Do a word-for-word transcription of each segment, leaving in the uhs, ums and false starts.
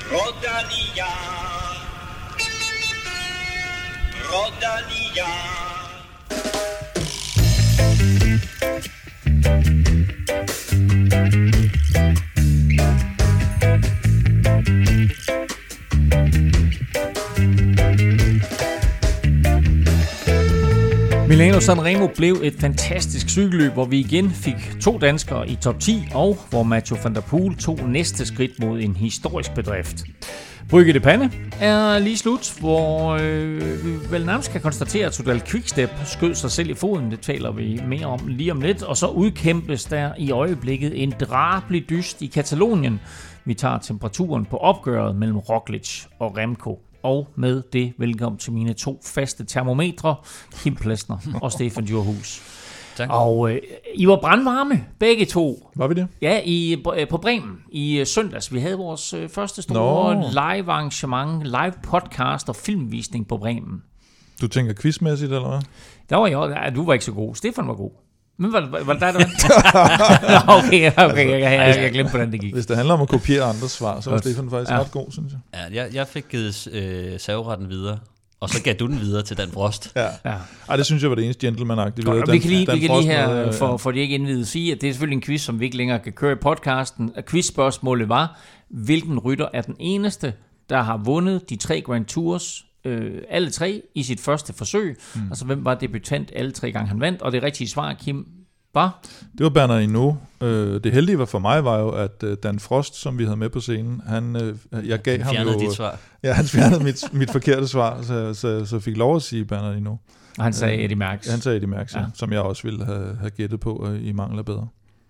Rodalia, Rodalia. Milano Sanremo blev et fantastisk cykelløb, hvor vi igen fik to danskere i top ti, og hvor Mathieu van der Poel tog næste skridt mod en historisk bedrift. Brygge de Panne er lige slut, hvor øh, vi vel nærmest kan konstatere, at Soudal Quickstep skød sig selv i foden. Det taler vi mere om lige om lidt. Og så udkæmpes der i øjeblikket en drabelig dyst i Katalonien. Vi tager temperaturen på opgøret mellem Roglic og Remco. Og med det, velkommen til mine to faste termometre, Kim Plesner og Stefan Djurhus. Tak. Og øh, I var brandvarme, begge to. Var vi det? Ja, i, på Bremen i søndags. Vi havde vores øh, første store Nå. live arrangement, live podcast og filmvisning på Bremen. Du tænker quizmæssigt, eller hvad? Der var jeg, ja, du var ikke så god. Stefan var god. Men var, var det dig, der var? okay, okay, jeg, jeg, jeg glemte, hvordan det gik. Hvis det handler om at kopiere andres svar, så var Stefan faktisk ja. ret god, synes jeg. Ja, jeg, jeg fik givet øh, serveretten videre, og så gav du den videre til Dan Frost. Ja. ja. Ej, det synes jeg var det eneste gentleman-agtige. Godt, Dan, vi kan lige, Dan vi kan lige her, for, for de ikke indvidet, sige, at det er selvfølgelig en quiz, som vi ikke længere kan køre i podcasten. Quizspørgsmålet var, hvilken rytter er den eneste, der har vundet de tre Grand Tours, Øh, alle tre i sit første forsøg. Mm. Altså, hvem var debutant alle tre gange han vandt? Og det rigtige svar, Kim, var? Det var Bernard Hinault. Øh, det heldige var for mig var jo, at øh, Dan Frost, som vi havde med på scenen, han, øh, jeg gav ham jo... dit svar. Ja, han fjernede mit, mit forkerte svar, så, så, så fik lov at sige Bernard Hinault. Og han sagde Eddy Merckx. Han sagde Eddy Merckx, ja. Som jeg også ville have, have gættet på øh, i mangel af bedre.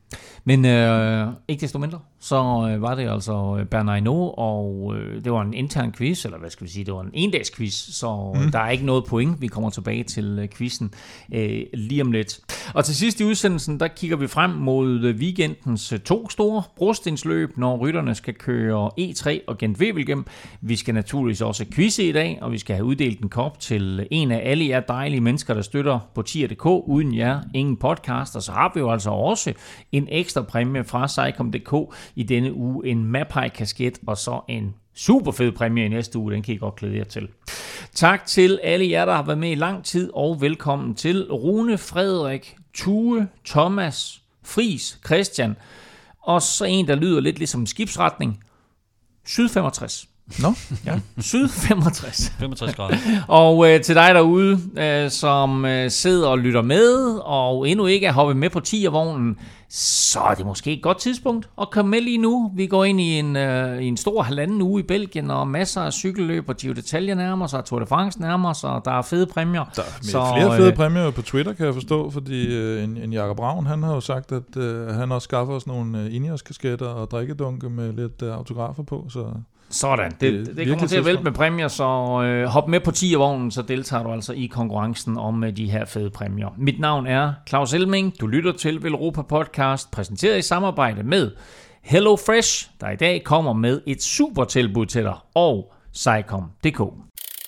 Men øh, ikke desto mindre, så øh, var det altså Bernard Hinault, og øh, det var en intern quiz, eller hvad skal vi sige, det var en endags quiz, så mm. der er ikke noget point. Vi kommer tilbage til øh, quizzen øh, lige om lidt. Og til sidst i udsendelsen, der kigger vi frem mod weekendens øh, to store brostensløb, når rytterne skal køre E tre og Gent-Wevelgem. Vi skal naturligvis også quizze i dag, og vi skal have uddelt en kop til en af alle jer dejlige mennesker, der støtter på tier punktum d k. Uden jer, ingen podcast, og så har vi jo altså også en ekstra præmie fra Cycom punktum d k i denne uge, en Mapei-kasket, og så en super fed præmie i næste uge, den kan I godt glæde jer til. Tak til alle jer, der har været med i lang tid, og velkommen til Rune, Frederik, Tue, Thomas, Friis, Christian, og så en, der lyder lidt ligesom skibsretning, Syd femogtres. Nå, ja. Syd femogtres. femogtres grader. Og øh, til dig derude, øh, som øh, sidder og lytter med, og endnu ikke er hoppet med på tiervognen, så er det måske et godt tidspunkt at komme med lige nu. Vi går ind i en, øh, i en stor halvanden uge i Belgien, og masser af cykelløb, og Giro d'Italia nærmer sig, Tour de France nærmer sig, og der er fede præmier. Der er så, flere fede øh, præmier på Twitter, kan jeg forstå, fordi øh, en, en Jakob Ravn, han har jo sagt, at øh, han også skaffer os nogle øh, Ineos-kasketter og drikkedunke med lidt øh, autografer på, så... Sådan, det, det, det kommer til at vælte med præmier, så øh, hop med på tiervognen, så deltager du altså i konkurrencen om øh, de her fede præmier. Mit navn er Claus Elming, du lytter til Velropa Podcast, præsenteret i samarbejde med HelloFresh, der i dag kommer med et super tilbud til dig, og Cycom punktum d k.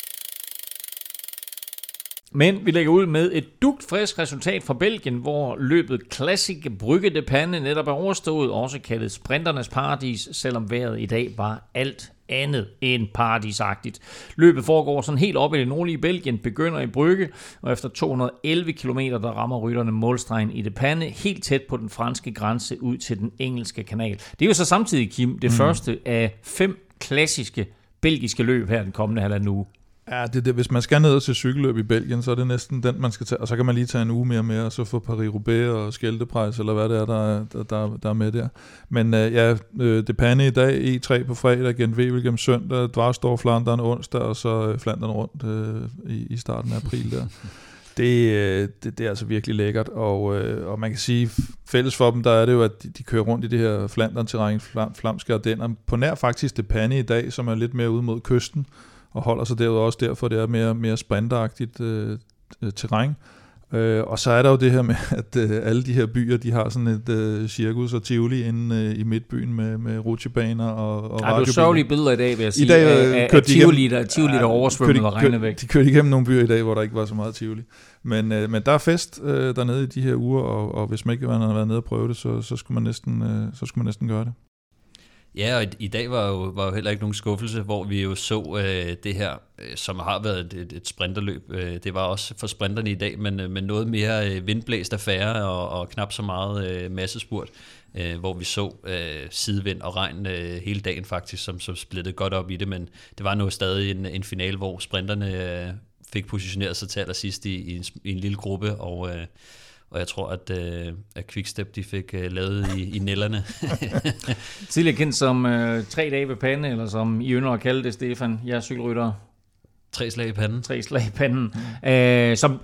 Men vi lægger ud med et dugtfrisk resultat fra Belgien, hvor løbet Classic Brygge de Panne netop er overstået, også kaldet Sprinternes Paradis, selvom vejret i dag var alt andet end paradisagtigt. Løbet foregår sådan helt op i det nordlige Belgien, begynder i Brygge, og efter to hundrede og elleve kilometer, der rammer rytterne målstregen i de Panne, helt tæt på den franske grænse ud til den engelske kanal. Det er jo så samtidig, Kim, det mm. første af fem klassiske belgiske løb her den kommende halvanden uge. Ja, det, det, hvis man skal ned til cykelløb i Belgien, så er det næsten den, man skal tage, og så kan man lige tage en uge mere med, og så få Paris-Roubaix og Scheldeprijs, eller hvad det er, der, der, der, der er med der. Men øh, ja, øh, de Panne i dag, E tre på fredag, Gent-Wevelgem søndag, Dvarstor-Flandern onsdag, og så øh, Flandern rundt øh, i, i starten af april der. Det, øh, det, det er altså virkelig lækkert, og, øh, og man kan sige, fælles for dem, der er det jo, at de, de kører rundt i det her Flandern-terræn, flam, flamske Ardenner, på nær faktisk de Panne i dag, som er lidt mere ude mod kysten, og holder sig derude også derfor, det er mere, mere sprinteragtigt øh, terræn. Øh, og så er der jo det her med, at øh, alle de her byer, de har sådan et øh, cirkus og tivoli inde øh, i midtbyen med, med rutsjebaner og, og radiobiler. Ja, du sørgelige billeder i dag, vil jeg sige, I dag, øh, af, af tivoli, der, tivoli, der oversvømmet og regnet væk. De kørte igennem nogle byer i dag, hvor der ikke var så meget tivoli. Men, øh, men der er fest øh, dernede i de her uger, og, og hvis man ikke har været nede og prøve det, så, så, skulle man næsten, øh, så skulle man næsten gøre det. Ja, og i, i dag var jo, var jo heller ikke nogen skuffelse, hvor vi jo så øh, det her, øh, som har været et, et sprinterløb. Øh, det var også for sprinterne i dag, men, øh, men noget mere øh, vindblæst affære og, og knap så meget øh, massespurt, øh, hvor vi så øh, sidevind og regn øh, hele dagen faktisk, som, som splittede godt op i det, men det var nu stadig en, en finale, hvor sprinterne øh, fik positioneret sig til allersidst i, i, en, i en lille gruppe, og øh, Og jeg tror, at, øh, at Quickstep de fik øh, lavet i, i nælderne. Tidligere kendt som øh, tre dage ved pande, eller som I ynder at kalde det, Stefan. Jeg er cykelrytter. Tre slag i panden. Tre slag i panden. Mm. Øh, som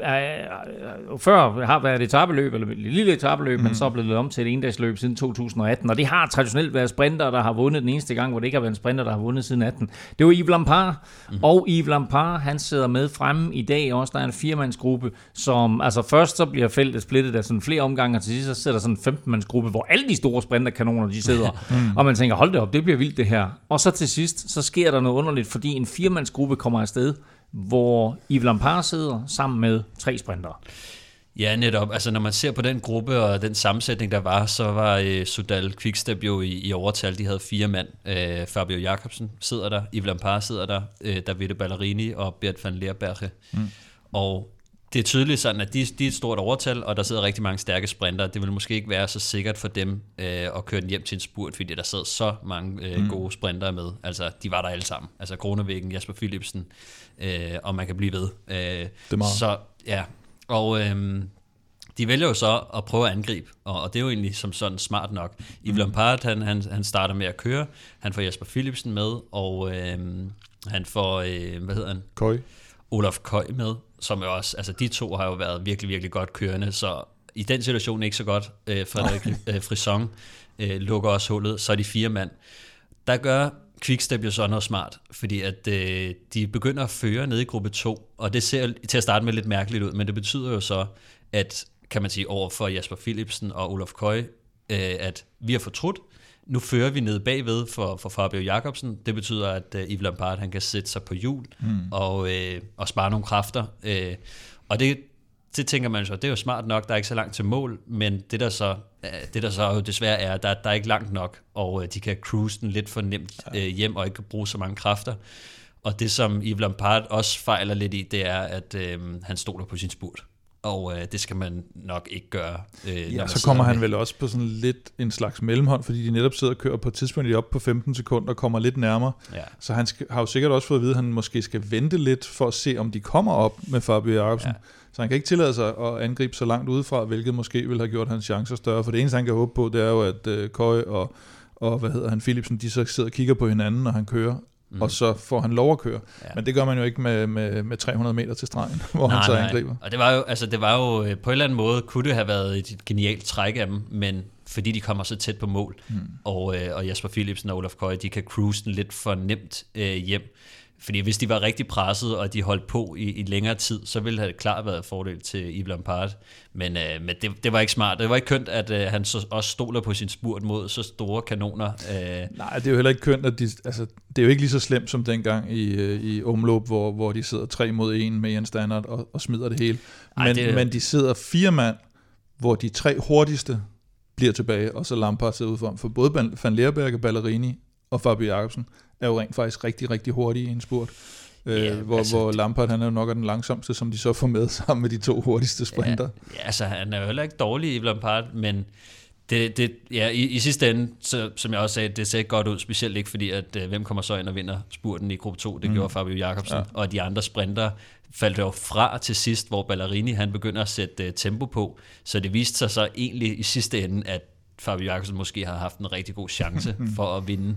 øh, før har været et etapeløb, eller et lille etapeløb, mm. men så er blevet om til et endagsløb siden to tusind og atten. Og det har traditionelt været sprinter, der har vundet den eneste gang, hvor det ikke har været en sprinter, der har vundet siden atten. Det var Yves Lampard, mm. og Yves Lampard, han sidder med fremme i dag også. Der er en firemandsgruppe, som, altså først så bliver feltet splittet af sådan flere omgange, og til sidst så sidder der sådan en femtenmandsgruppe, hvor alle de store sprinterkanoner, de sidder. mm. Og man tænker, hold det op, det bliver vildt det her. Og så til sidst, så sker der noget underligt, fordi en firemandsgruppe kommer afsted, hvor Yves Lampard sidder sammen med tre sprinter. Ja, netop. Altså, når man ser på den gruppe og den sammensætning, der var, så var øh, Soudal Quickstep jo i, i overtal. De havde fire mand. Øh, Fabio Jakobsen sidder der, Yves Lampard sidder der, øh, Davide Ballerini og Bert van Leerberge. Mm. Og det er tydeligt sådan, at de, de er et stort overtal, og der sidder rigtig mange stærke sprinter. Det vil måske ikke være så sikkert for dem øh, at køre den hjem til en spurt, fordi der sidder så mange øh, mm. gode sprinter med. Altså, de var der alle sammen. Altså, Kronevæggen, Jasper Philipsen, øh, og man kan blive ved. Øh, det er meget. Så, ja. Og øh, de vælger jo så at prøve at angribe, og, og det er jo egentlig som sådan smart nok. Yves mm. Lampard, han, han, han starter med at køre. Han får Jasper Philipsen med, og øh, han får, øh, hvad hedder han? Køj. Olaf Køj med, som jo også, altså de to har jo været virkelig, virkelig godt kørende, så i den situation ikke så godt. Øh, Frederik øh, Frison øh, lukker også hullet, så er de fire mand. Der gør Quickstep jo så noget smart, fordi at øh, de begynder at føre ned i gruppe to, og det ser til at starte med lidt mærkeligt ud, men det betyder jo så, at, kan man sige, over for Jasper Philipsen og Olaf Køj, øh, at vi har fortrudt. Nu fører vi ned bagved for, for Fabio Jakobsen. Det betyder, at uh, Yves Lampard han kan sætte sig på hjul mm. og, øh, og spare nogle kræfter. Øh, og det, det tænker man så, det er jo smart nok, der er ikke så langt til mål, men det der så, det der så jo desværre er, der, der er ikke langt nok, og øh, de kan cruise den lidt for nemt øh, hjem og ikke bruge så mange kræfter. Og det, som Yves Lampard også fejler lidt i, det er, at øh, han stoler på sin spurt. Og øh, det skal man nok ikke gøre. Øh, ja, så kommer han med. Vel også på sådan lidt en slags mellemhånd, fordi de netop sidder og kører på et tidspunkt op på femten sekunder og kommer lidt nærmere. Ja. Så han skal, har jo sikkert også fået at vide, at han måske skal vente lidt for at se, om de kommer op med Fabio Jakobsen. Ja. Så han kan ikke tillade sig at angribe så langt udefra, hvilket måske vil have gjort hans chancer større. For det eneste, han kan håbe på, det er jo, at øh, Køj og, og hvad hedder han, Philipsen, de så sidder og kigger på hinanden, når han kører. Mm. Og så får han lov at køre. Ja. Men det gør man jo ikke med, med, med tre hundrede meter til stregen, hvor nej, han så nej. angriber. Og det var jo, altså det var jo på en eller anden måde, kunne det have været et genialt træk af dem, men fordi de kommer så tæt på mål, mm. og, øh, og Jasper Philipsen og Olaf Køj, de kan cruise den lidt for nemt øh, hjem. Fordi hvis de var rigtig presset, og de holdt på i, i længere tid, så ville det klart været fordel til Yves Lampard. Men, øh, men det, det var ikke smart. Det var ikke kønt, at øh, han så også stoler på sin spurt mod så store kanoner. Øh. Nej, det er jo heller ikke kønt, at de, altså, det er jo ikke lige så slemt som dengang i, i omløb, hvor, hvor de sidder tre mod en med en standard og, og smider det hele. Men, Ej, det, men de sidder fire mand, hvor de tre hurtigste bliver tilbage, og så Lampard sidder ud for, for både Van Leerberge, Ballerini og Fabio Jakobsen er jo rent faktisk rigtig, rigtig hurtig i en spurt. Yeah, øh, hvor, altså, hvor Lampard, han er jo nok den langsomste, som de så får med sammen med de to hurtigste sprinter. Ja, ja, altså han er jo heller ikke dårlig i Lampard, men det, det, ja, i, i sidste ende, så, som jeg også sagde, det ser ikke godt ud, specielt ikke fordi, at øh, hvem kommer så ind og vinder spurten i gruppe to, det mm. gjorde Fabio Jakobsen, ja. Og de andre sprinter faldt jo fra til sidst, hvor Ballerini, han begynder at sætte øh, tempo på, så det viste sig så egentlig i sidste ende, at Fabio Jakobsen måske har haft en rigtig god chance for at vinde.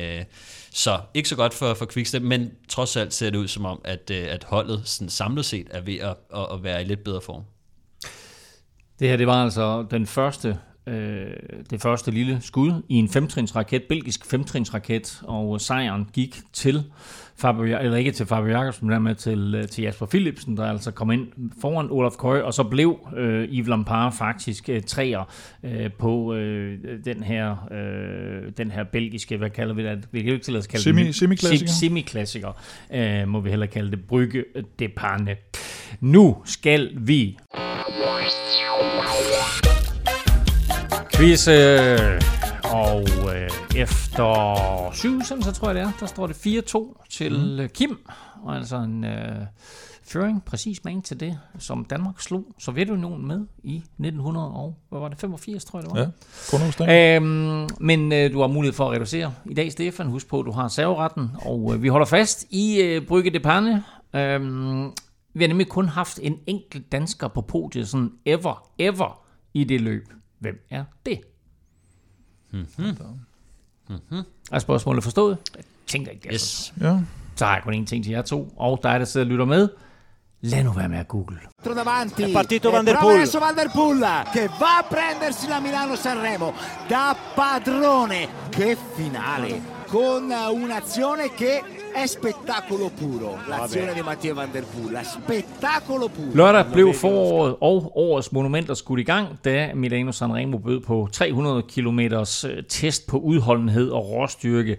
Så ikke så godt for, for Quickstep, men trods alt ser det ud som om, at, at holdet sådan samlet set er ved at, at være i lidt bedre form. Det her, det var altså den første, øh, det første lille skud i en femtrinsraket, belgisk femtrinsraket, og sejren gik til Fabio, eller ikke til Fabio Jakobsen, men dermed til, til Jasper Philipsen, der altså kom ind foran Olaf Køj, og så blev øh, Yves Lampard faktisk øh, treer øh, på øh, den her øh, den her belgiske, hvad kalder vi det? Vi kan jo ikke tillade at kalde Semi, det semi-klassiker. Semi-klassiker, øh, må vi hellere kalde det, Brygge de Panne. Nu skal vi quiz, øh, og øh, efter syv, så tror jeg det er, der står det fire to til mm. Kim, og altså en øh, føring, præcis man til det, som Danmark slog Sovjetunionen med i nitten hundrede og, hvad var det, femogfirs, tror jeg det var. Ja, øhm, men øh, du har mulighed for at reducere i dag, Stefan. Husk på, at du har serveretten, og øh, vi holder fast i øh, Brygge de Panne. Øhm, vi har nemlig kun haft en enkelt dansker på podiet, sådan ever, ever i det løb. Hvem er det? Mm-hmm. Mm-hmm. Er spørgsmålet forstået? Jeg tænker ikke, det er yes. Ja. Så har jeg kun en ting til jer to, og dig, der sidder og lytter med. Lad nu være med at google. Davanti, è partito Van der Poel. Adesso Van der Poel che va a prendersi la Milano-Sanremo da padrone. Che finale, con un'azione che è spettacolo puro. L'azione di Mathieu Van der Poel, spettacolo puro. Lørdag blev foråret og årets monumenter skudt i gang, da Milano-Sanremo bød på tre hundrede kilometers test på udholdenhed og råstyrke.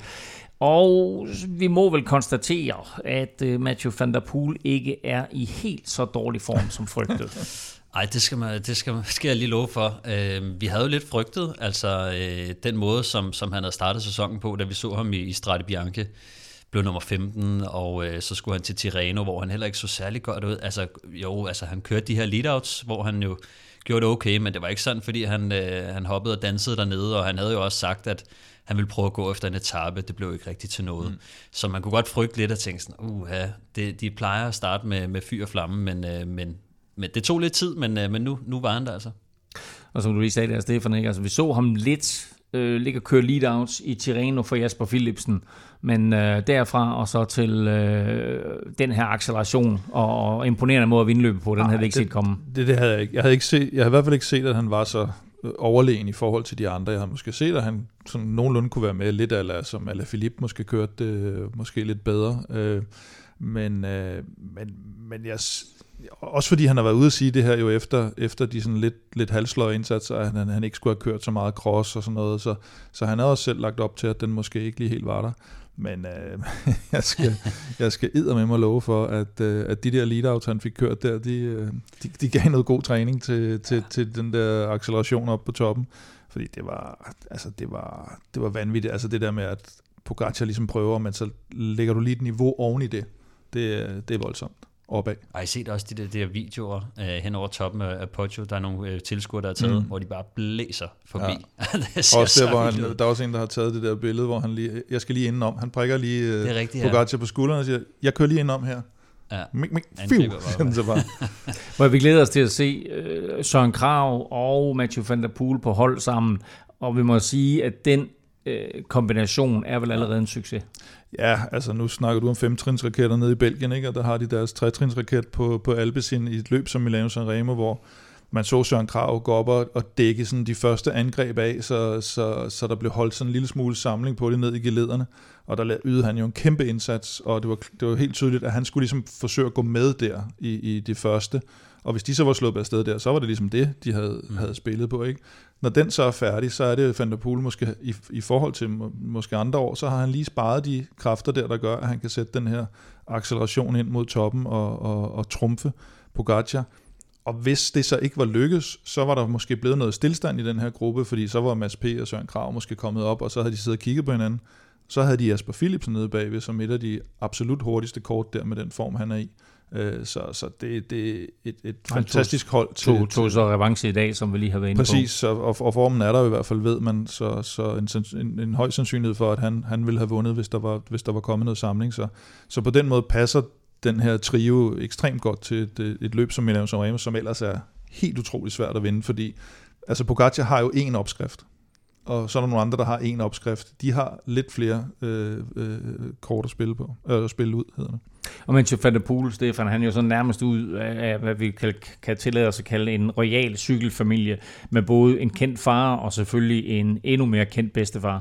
Og vi må vel konstatere, at Mathieu van der Poel ikke er i helt så dårlig form som frygtet. Ej, det skal, man, det skal, skal jeg lige love for. Øh, vi havde jo lidt frygtet, altså øh, den måde, som, som han havde startet sæsonen på, da vi så ham i, i Strade Bianche, blev nummer femten, og øh, så skulle han til Tirreno, hvor han heller ikke så særlig godt ud. Altså jo, altså han kørte de her lead-outs, hvor han jo gjorde det okay, men det var ikke sådan, fordi han, øh, han hoppede og dansede dernede, og han havde jo også sagt, at han ville prøve at gå efter en etape. Det blev ikke rigtigt til noget. Mm. Så man kunne godt frygte lidt og tænke sådan, uha, det, de plejer at starte med, med fyr og flamme, men, øh, men, men det tog lidt tid, men, øh, men nu, nu var han der altså. Og som du lige sagde der, Stefan, ikke? Altså, vi så ham lidt øh, ligge og køre lead-outs i Tirreno for Jasper Philipsen, men øh, derfra og så til øh, den her acceleration og, og imponerende måde at vinde løbet på, den Ej, havde vi ikke det, set komme. Det, det havde jeg ikke. Jeg havde, ikke set, jeg havde i hvert fald ikke set, at han var så overlegen i forhold til de andre. Jeg havde måske set, at han sådan nogenlunde kunne være med lidt, eller som Alaphilippe måske kørte det måske lidt bedre. Øh, men, øh, men, men jeg, også fordi han har været ude at sige det her jo efter, efter de sådan lidt, lidt halvsløje indsatser, at han, han ikke skulle have kørt så meget cross og sådan noget, så, så han havde også selv lagt op til, at den måske ikke lige helt var der. Men øh, jeg skal, jeg skal eddermame mig love for, at, øh, at de der lead-outs, han fik kørt der, de, de, de gav noget god træning til, til, til den der acceleration op på toppen. Fordi det var, altså det var, det var vanvittigt. Altså det der med, at Pogacar ligesom prøver, men så lægger du lige et niveau oven i det. Det, det er voldsomt. Opad. Og I set også de der, de der videoer øh, hen over toppen af, af Poggio. Der er nogle øh, tilskuere, der er taget, mm. hvor de bare blæser forbi. Ja. Også der, hvor han, der er også en, der har taget det der billede, hvor han lige, jeg skal lige indenom. Han prikker lige øh, rigtigt, Pogacar ja. på skulderen og siger, jeg kører lige indenom her. Ja. Mik, mik, fiu, så bare. Hvor vi glæder os til at se øh, Søren Kragh og Mathieu van der Poel på hold sammen. Og vi må sige, at den øh, kombination er vel allerede en succes. Ja, altså nu snakker du om femtrinsraketter nede i Belgien, ikke? Og der har de deres tretrinsraket på, på Alpecin i et løb som Milano-Sanremo, hvor man så Søren Kragh gå op og, og dække sådan de første angreb af, så, så, så der blev holdt sådan en lille smule samling på det ned i gelederne, og der ydede han jo en kæmpe indsats, og det var, det var helt tydeligt, at han skulle ligesom forsøge at gå med der i, i det første, og hvis de så var slået afsted der, så var det ligesom det, de havde, mm. havde spillet på, ikke? Når den så er færdig, så er det Van der Poel måske i, i forhold til måske andre år, så har han lige sparet de kræfter der, der gør, at han kan sætte den her acceleration ind mod toppen og, og, og trumfe Pogacar. Og hvis det så ikke var lykkes, så var der måske blevet noget stillstand i den her gruppe, fordi så var Mads P. og Søren Kragh måske kommet op, og så havde de siddet og kigget på hinanden. Så havde de Jasper Philipsen nede bagved, som et af de absolut hurtigste kort der med den form, han er i. Så, så det, det er et, et fantastisk hold til... To, to så revanche i dag, som vi lige har været inde præcis, på. Præcis, og, og formen er der i hvert fald, ved man, så, så en, en, en høj sandsynlighed for, at han, han ville have vundet, hvis der var, hvis der var kommet noget samling. Så, så på den måde passer den her trio ekstremt godt til et, et løb som Milano-Sanremo, som ellers er helt utroligt svært at vinde, fordi altså Pogacar har jo én opskrift, og så er der nogle andre, der har én opskrift. De har lidt flere øh, øh, kort at spille på, øh, at spille ud, hedder det. Og Mathieu van der Poel, Stefan, han er jo så nærmest ud af, hvad vi kan, kan tillade os at kalde en royal cykelfamilie, med både en kendt far og selvfølgelig en endnu mere kendt bedstefar.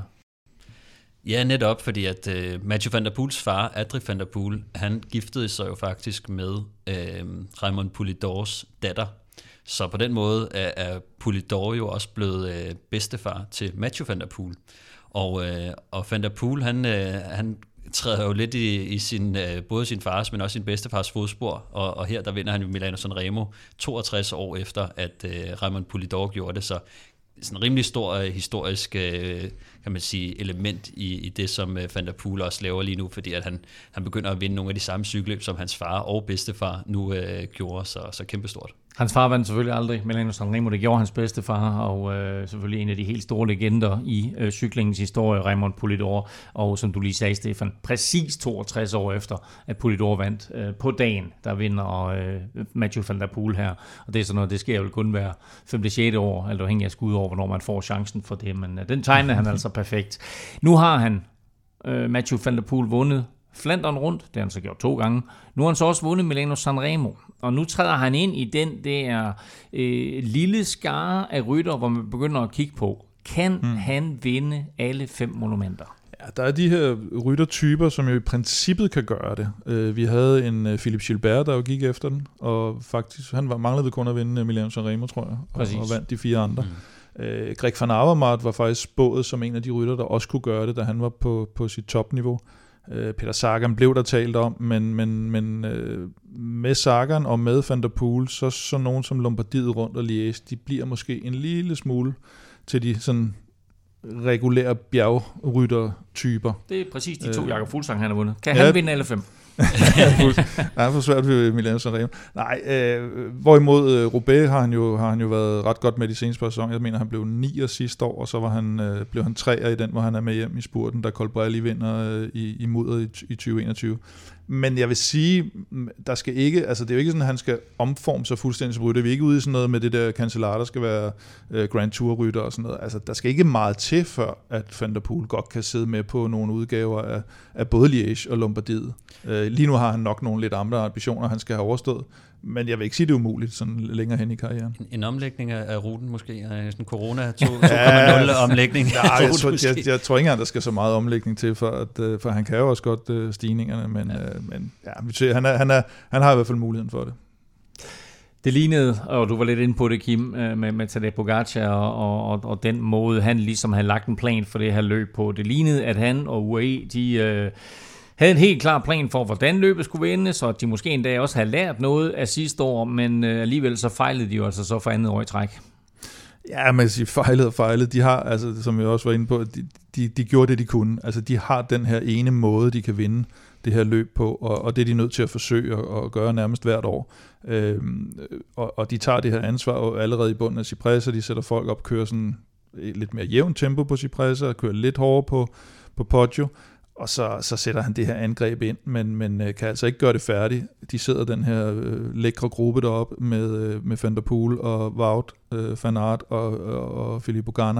Ja, netop, fordi at uh, Mathieu van der Poels far, Adrie van der Poel, han giftede sig jo faktisk med uh, Raymond Poulidors datter. Så på den måde er, er Poulidor jo også blevet uh, bedstefar til Mathieu van der Poel. Og, uh, og van der Poel, han, uh, han træder jo lidt i, i sin, uh, både sin fars, men også sin bedstefars fodspor. Og, og her der vinder han jo Milano-Sanremo toogtres år efter, at uh, Raymond Poulidor gjorde det. Så sådan en rimelig stor uh, historisk uh, kan man sige, element i, i det, som Van der Poel også laver lige nu, fordi at han, han begynder at vinde nogle af de samme cykelløb, som hans far og bedstefar nu øh, gjorde, så, så kæmpestort. Hans far vandt selvfølgelig aldrig Milano Sanremo, det gjorde hans bedstefar, og øh, selvfølgelig en af de helt store legender i øh, cyklingens historie, Raymond Poulidor, og som du lige sagde, Stefan, præcis toogtres år efter, at Poulidor vandt øh, på dagen, der vinder øh, Mathieu van der Poel her, og det er sådan noget, det sker jo kun hver femte sjette år, alt afhængig af skud over, hvornår man får chancen for det, men øh, den tegner han altså perfekt. Nu har han, øh, Mathieu van der Poel, vundet Flandern rundt, det har han så gjort to gange. Nu har han så også vundet Milano Sanremo, og nu træder han ind i den der øh, lille skare af rytter, hvor man begynder at kigge på, kan hmm. han vinde alle fem monumenter? Ja, der er de her ryttertyper, som jo i princippet kan gøre det. Uh, vi havde en uh, Philippe Gilbert, der jo gik efter den, og faktisk, han var, manglede kun at vinde Milano Sanremo, tror jeg, og, og vandt de fire andre. Hmm. Uh, Greg van Avermaet var faktisk spået som en af de rytter, der også kunne gøre det, da han var på, på sit topniveau. Peter Sagan blev der talt om, men, men, men øh, med Sagan og med Van der Poel, så så nogen som Lombardiet rundt og Liège, de bliver måske en lille smule til de sådan regulære bjergryttertyper. Det er præcis de to øh, Jakob Fuglsang, han har vundet. Kan ja, han vinde alle fem? Nej, for svært ved Milano Sanremo. Nej, øh, hvorimod øh, Roubaix har han, jo, har han jo været ret godt med de seneste par sæsoner. Jeg mener, han blev nier sidste år, og så var han, øh, blev han treer i den, hvor han er med hjem i spurten, da Colbrelli vinder øh, i, i mudderet i, i tyve enogtyve. Men jeg vil sige, der skal ikke, altså det er jo ikke sådan, at han skal omforme sig fuldstændig som rytter. Vi er ikke ude i sådan noget med det der Cancellara, der skal være øh, Grand Tour-rytter og sådan noget. Altså der skal ikke meget til, før at Van der Poel godt kan sidde med på nogle udgaver af, af både Liège og Lombardiet. Øh, lige nu har han nok nogle lidt andre ambitioner, han skal have overstået. Men jeg vil ikke sige, det er umuligt sådan længere hen i karrieren. En, en omlægning af ruten måske, sådan en corona to komma nul omlægning. Nej, jeg, tror, jeg, jeg tror ikke engang, der skal så meget omlægning til, for, at, for han kan jo også godt uh, stigningerne, men, ja. uh, men ja, han, er, han, er, han har i hvert fald muligheden for det. Det lignede, og du var lidt inde på det, Kim, med, med Tadej Pogačar og, og, og den måde, han ligesom havde lagt en plan for det her løb på. Det lignede, at han og U A E, de... Uh, havde en helt klar plan for, hvordan løbet skulle vinde, så de måske endda også havde lært noget af sidste år, men øh, alligevel så fejlede de jo altså så for andet år i træk. Ja, man siger fejlede og fejlede. De har, altså, som jeg også var inde på, de, de, de gjorde det, de kunne. Altså, de har den her ene måde, de kan vinde det her løb på, og, og det er de nødt til at forsøge at, at gøre nærmest hvert år. Øhm, og, og de tager det her ansvar allerede i bunden af Cipressa, de sætter folk op, kører sådan lidt mere jævnt tempo på Cipressa, og kører lidt hårdere på, på Poggio, og så, så sætter han det her angreb ind, men, men kan altså ikke gøre det færdigt. De sidder den her øh, lækre gruppe deroppe med, øh, med Van der Poel og Wout øh, van Aert og, og, og Filippo Ganna.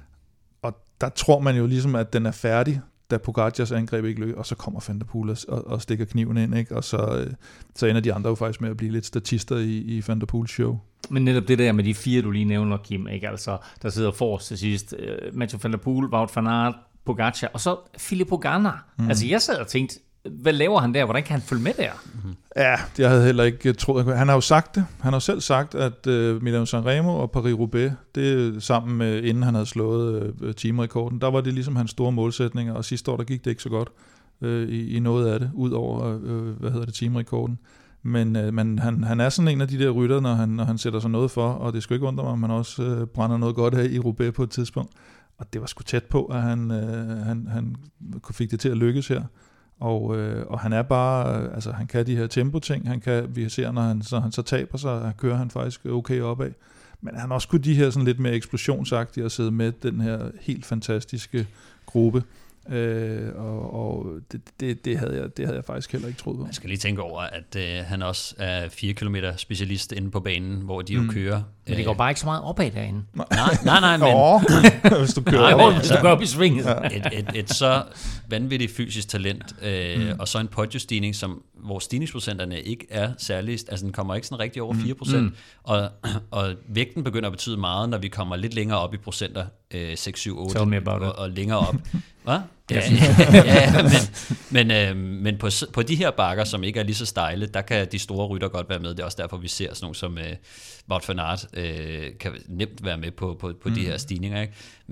Og der tror man jo ligesom, at den er færdig, da Pogacars angreb ikke lykkes, og så kommer Van der Poel og, og stikker kniven ind, ikke? Og så, øh, så ender de andre jo faktisk med at blive lidt statister i, i Van der Poels show. Men netop det der med de fire, du lige nævner, Kim, ikke? Altså, der sidder forrest til sidst, uh, Mathieu van der Poel, Wout van Aert, Pogačar, og så Filippo Ganna. Mm. Altså, jeg sad og tænkte, hvad laver han der? Hvordan kan han følge med der? Mm-hmm. Ja, jeg havde heller ikke troet. Han har jo sagt det. Han har jo selv sagt, at uh, Milano Sanremo og Paris-Roubaix, det sammen med, inden han havde slået uh, teamrekorden, der var det ligesom hans store målsætninger, og sidste år, der gik det ikke så godt uh, i, i noget af det, ud over, uh, hvad hedder det, teamrekorden. Men, uh, men han, han er sådan en af de der rytter, når han, når han sætter sig noget for, og det skulle ikke undre mig, om han også uh, brænder noget godt af i Roubaix på et tidspunkt. Og det var sgu tæt på, at han, øh, han, han fik det til at lykkes her. Og, øh, og han er bare, øh, altså han kan de her tempo-ting, han kan, vi ser, når han, så, han så taber sig, han kører han faktisk okay opad. Men han også kunne de her sådan lidt mere eksplosionsagtige at sidde med den her helt fantastiske gruppe. Øh, og og det, det, det, havde jeg, det havde jeg faktisk heller ikke troet på. Jeg skal lige tænke over, at øh, han også er fire kilometer specialist inde på banen, hvor de jo mm. kører. Men det går bare ikke så meget opad derinde. Nej, nej, nej, men... hvis du kører nej, op. Hvis du går op i svinget. Ja. Et, et, et så vanvittigt fysisk talent, øh, mm. og så en Poggio-stigning, som, hvor stigningsprocenterne ikke er særlig, altså den kommer ikke sådan rigtig over fire procent, mm. og, og vægten begynder at betyde meget, når vi kommer lidt længere op i procenter, øh, seks, syv, otte, og, og længere op. Hvad? Ja, ja, ja, men, men, øh, men på, på de her bakker, som ikke er lige så stejle, der kan de store rytter godt være med. Det er også derfor, vi ser sådan nogle som øh, Wout van Aert øh, kan nemt være med på, på, på mm. de her stigninger. Ikke? Men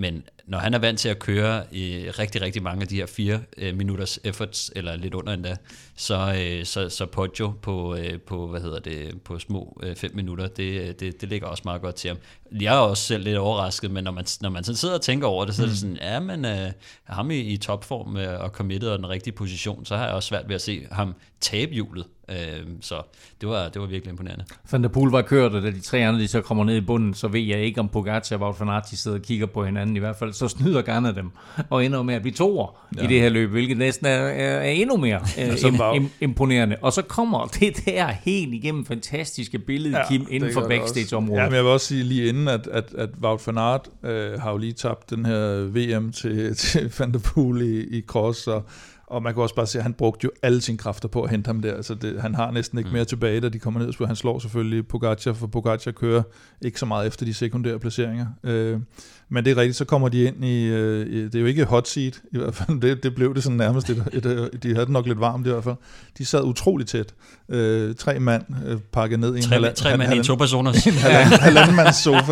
når han er vant til at køre i rigtig, rigtig mange af de her fire øh, minutters efforts, eller lidt under endda, så, øh, så, så Poggio på, øh, på, hvad hedder det, på små øh, fem minutter, det, det, det ligger også meget godt til ham. Jeg er også selv lidt overrasket, men når man, når man sådan sidder og tænker over det, så er det sådan, ja, men øh, ham i, i topform øh, og committed og den rigtige position, så har jeg også svært ved at se ham tabe hjulet. Øh, så det var, det var virkelig imponerende. Van der Poel var kørt, og da de tre andre de så kommer ned i bunden, så ved jeg ikke, om Pogacar og Wout van Aert, de sidder og kigger på hinanden. I hvert fald så snyder gerne dem, og ender med at blive toer ja. i det her løb, hvilket næsten er, er, er endnu mere øh, im, im, imponerende. Og så kommer det der helt igennem fantastiske billede, ja, Kim, inden for backstage-området. Ja, men jeg vil også sige lige inden, at, at, at Wout van Aert øh, har jo lige tabt den her V M til, til Van der Poel i, i cross, og Og man kan også bare se, at han brugte jo alle sine kræfter på at hente ham der. Altså det, han har næsten ikke mere tilbage, da de kommer ned. Han slår selvfølgelig Pogacar, for Pogacar kører ikke så meget efter de sekundære placeringer. Øh, men det er rigtigt, så kommer de ind i, øh, i det er jo ikke hot seat, i hvert fald. Det, det blev det sådan nærmest. Et, et, et, de havde det nok lidt varmt i hvert fald. De sad utroligt tæt. Øh, tre mand øh, pakket ned i en tre, halvand, tre mand i to personers. En halvanden, halvanden mands sofa.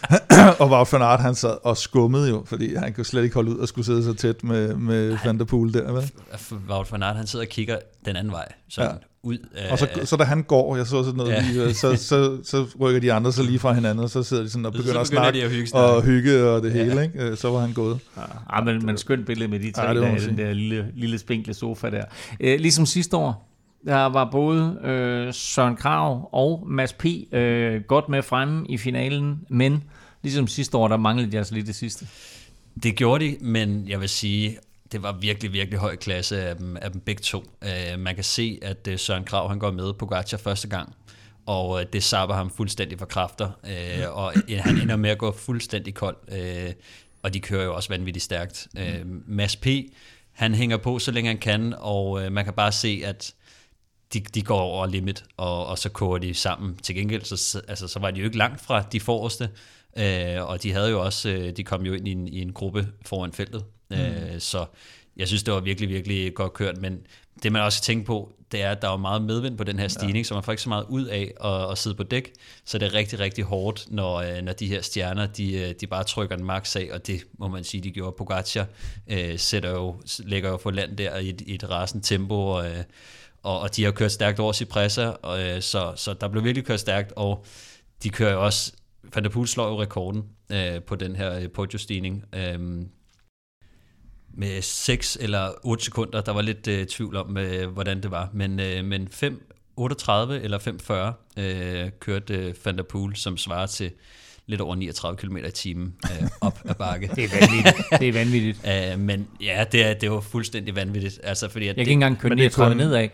Og Wout van Aert, han sad og skummede jo, fordi han kunne slet ikke holde ud og skulle sidde så tæt med, med Van der Poel der, vel? Wout van Aert, han sidder og kigger den anden vej, sådan ja. ud af... Og så, så da han går, jeg så sådan noget, ja. lige, så, så, så rykker de andre så lige fra hinanden, og så sidder de sådan og begynder, så begynder at snakke at hygge og hygge og det hele, ja. ikke? Så var han gået. Ja, men, men skønt billede med de tre, ja, der, den der lille, lille spinkle sofa der. Eh, ligesom sidste år, der var både øh, Søren Kragh og Mads P. Øh, godt med fremme i finalen, men ligesom sidste år, der manglede de altså lige det sidste. Det gjorde de, men jeg vil sige, det var virkelig, virkelig høj klasse af dem, af dem begge to. Uh, man kan se, at uh, Søren Kragh, han går med på Pogacar første gang, og uh, det sapper ham fuldstændig for kræfter, uh, og uh, han ender med at gå fuldstændig kold, uh, og de kører jo også vanvittigt stærkt. Uh, Mads P., han hænger på, så længe han kan, og uh, man kan bare se, at de, de går over limit, og, og så kører de sammen. Til gengæld, så, altså, så var de jo ikke langt fra de forreste, uh, og de havde jo også, uh, de kom jo ind i en, i en gruppe foran feltet. Mm. Øh, så jeg synes, det var virkelig, virkelig godt kørt, men det man også skal tænke på, det er, at der er meget medvind på den her stigning, ja. så man får ikke så meget ud af at, at sidde på dæk, så det er rigtig, rigtig hårdt, når, når de her stjerner, de, de bare trykker en max af, og det må man sige, de gjorde. Pogacar øh, sætter jo, lægger jo for land der i et, i et rasende tempo, og, og, og de har kørt stærkt over Cipressa, og, så, så der blev virkelig kørt stærkt, og de kører jo også, Van der Poel slår jo rekorden øh, på den her Poggio-stigning, øh, med seks eller otte sekunder. Der var lidt øh, tvivl om, øh, hvordan det var. Men, øh, men fem otteogtredive eller fem fyrre øh, kørte øh, Van der Poel, som svarer til lidt over niogtredive kilometer i timen øh, op ad bakke. Det er vanvittigt. Det er vanvittigt. uh, men ja, det er, det er jo fuldstændig vanvittigt. Altså, fordi, at jeg kan det, ikke engang køre niogtredive nedad.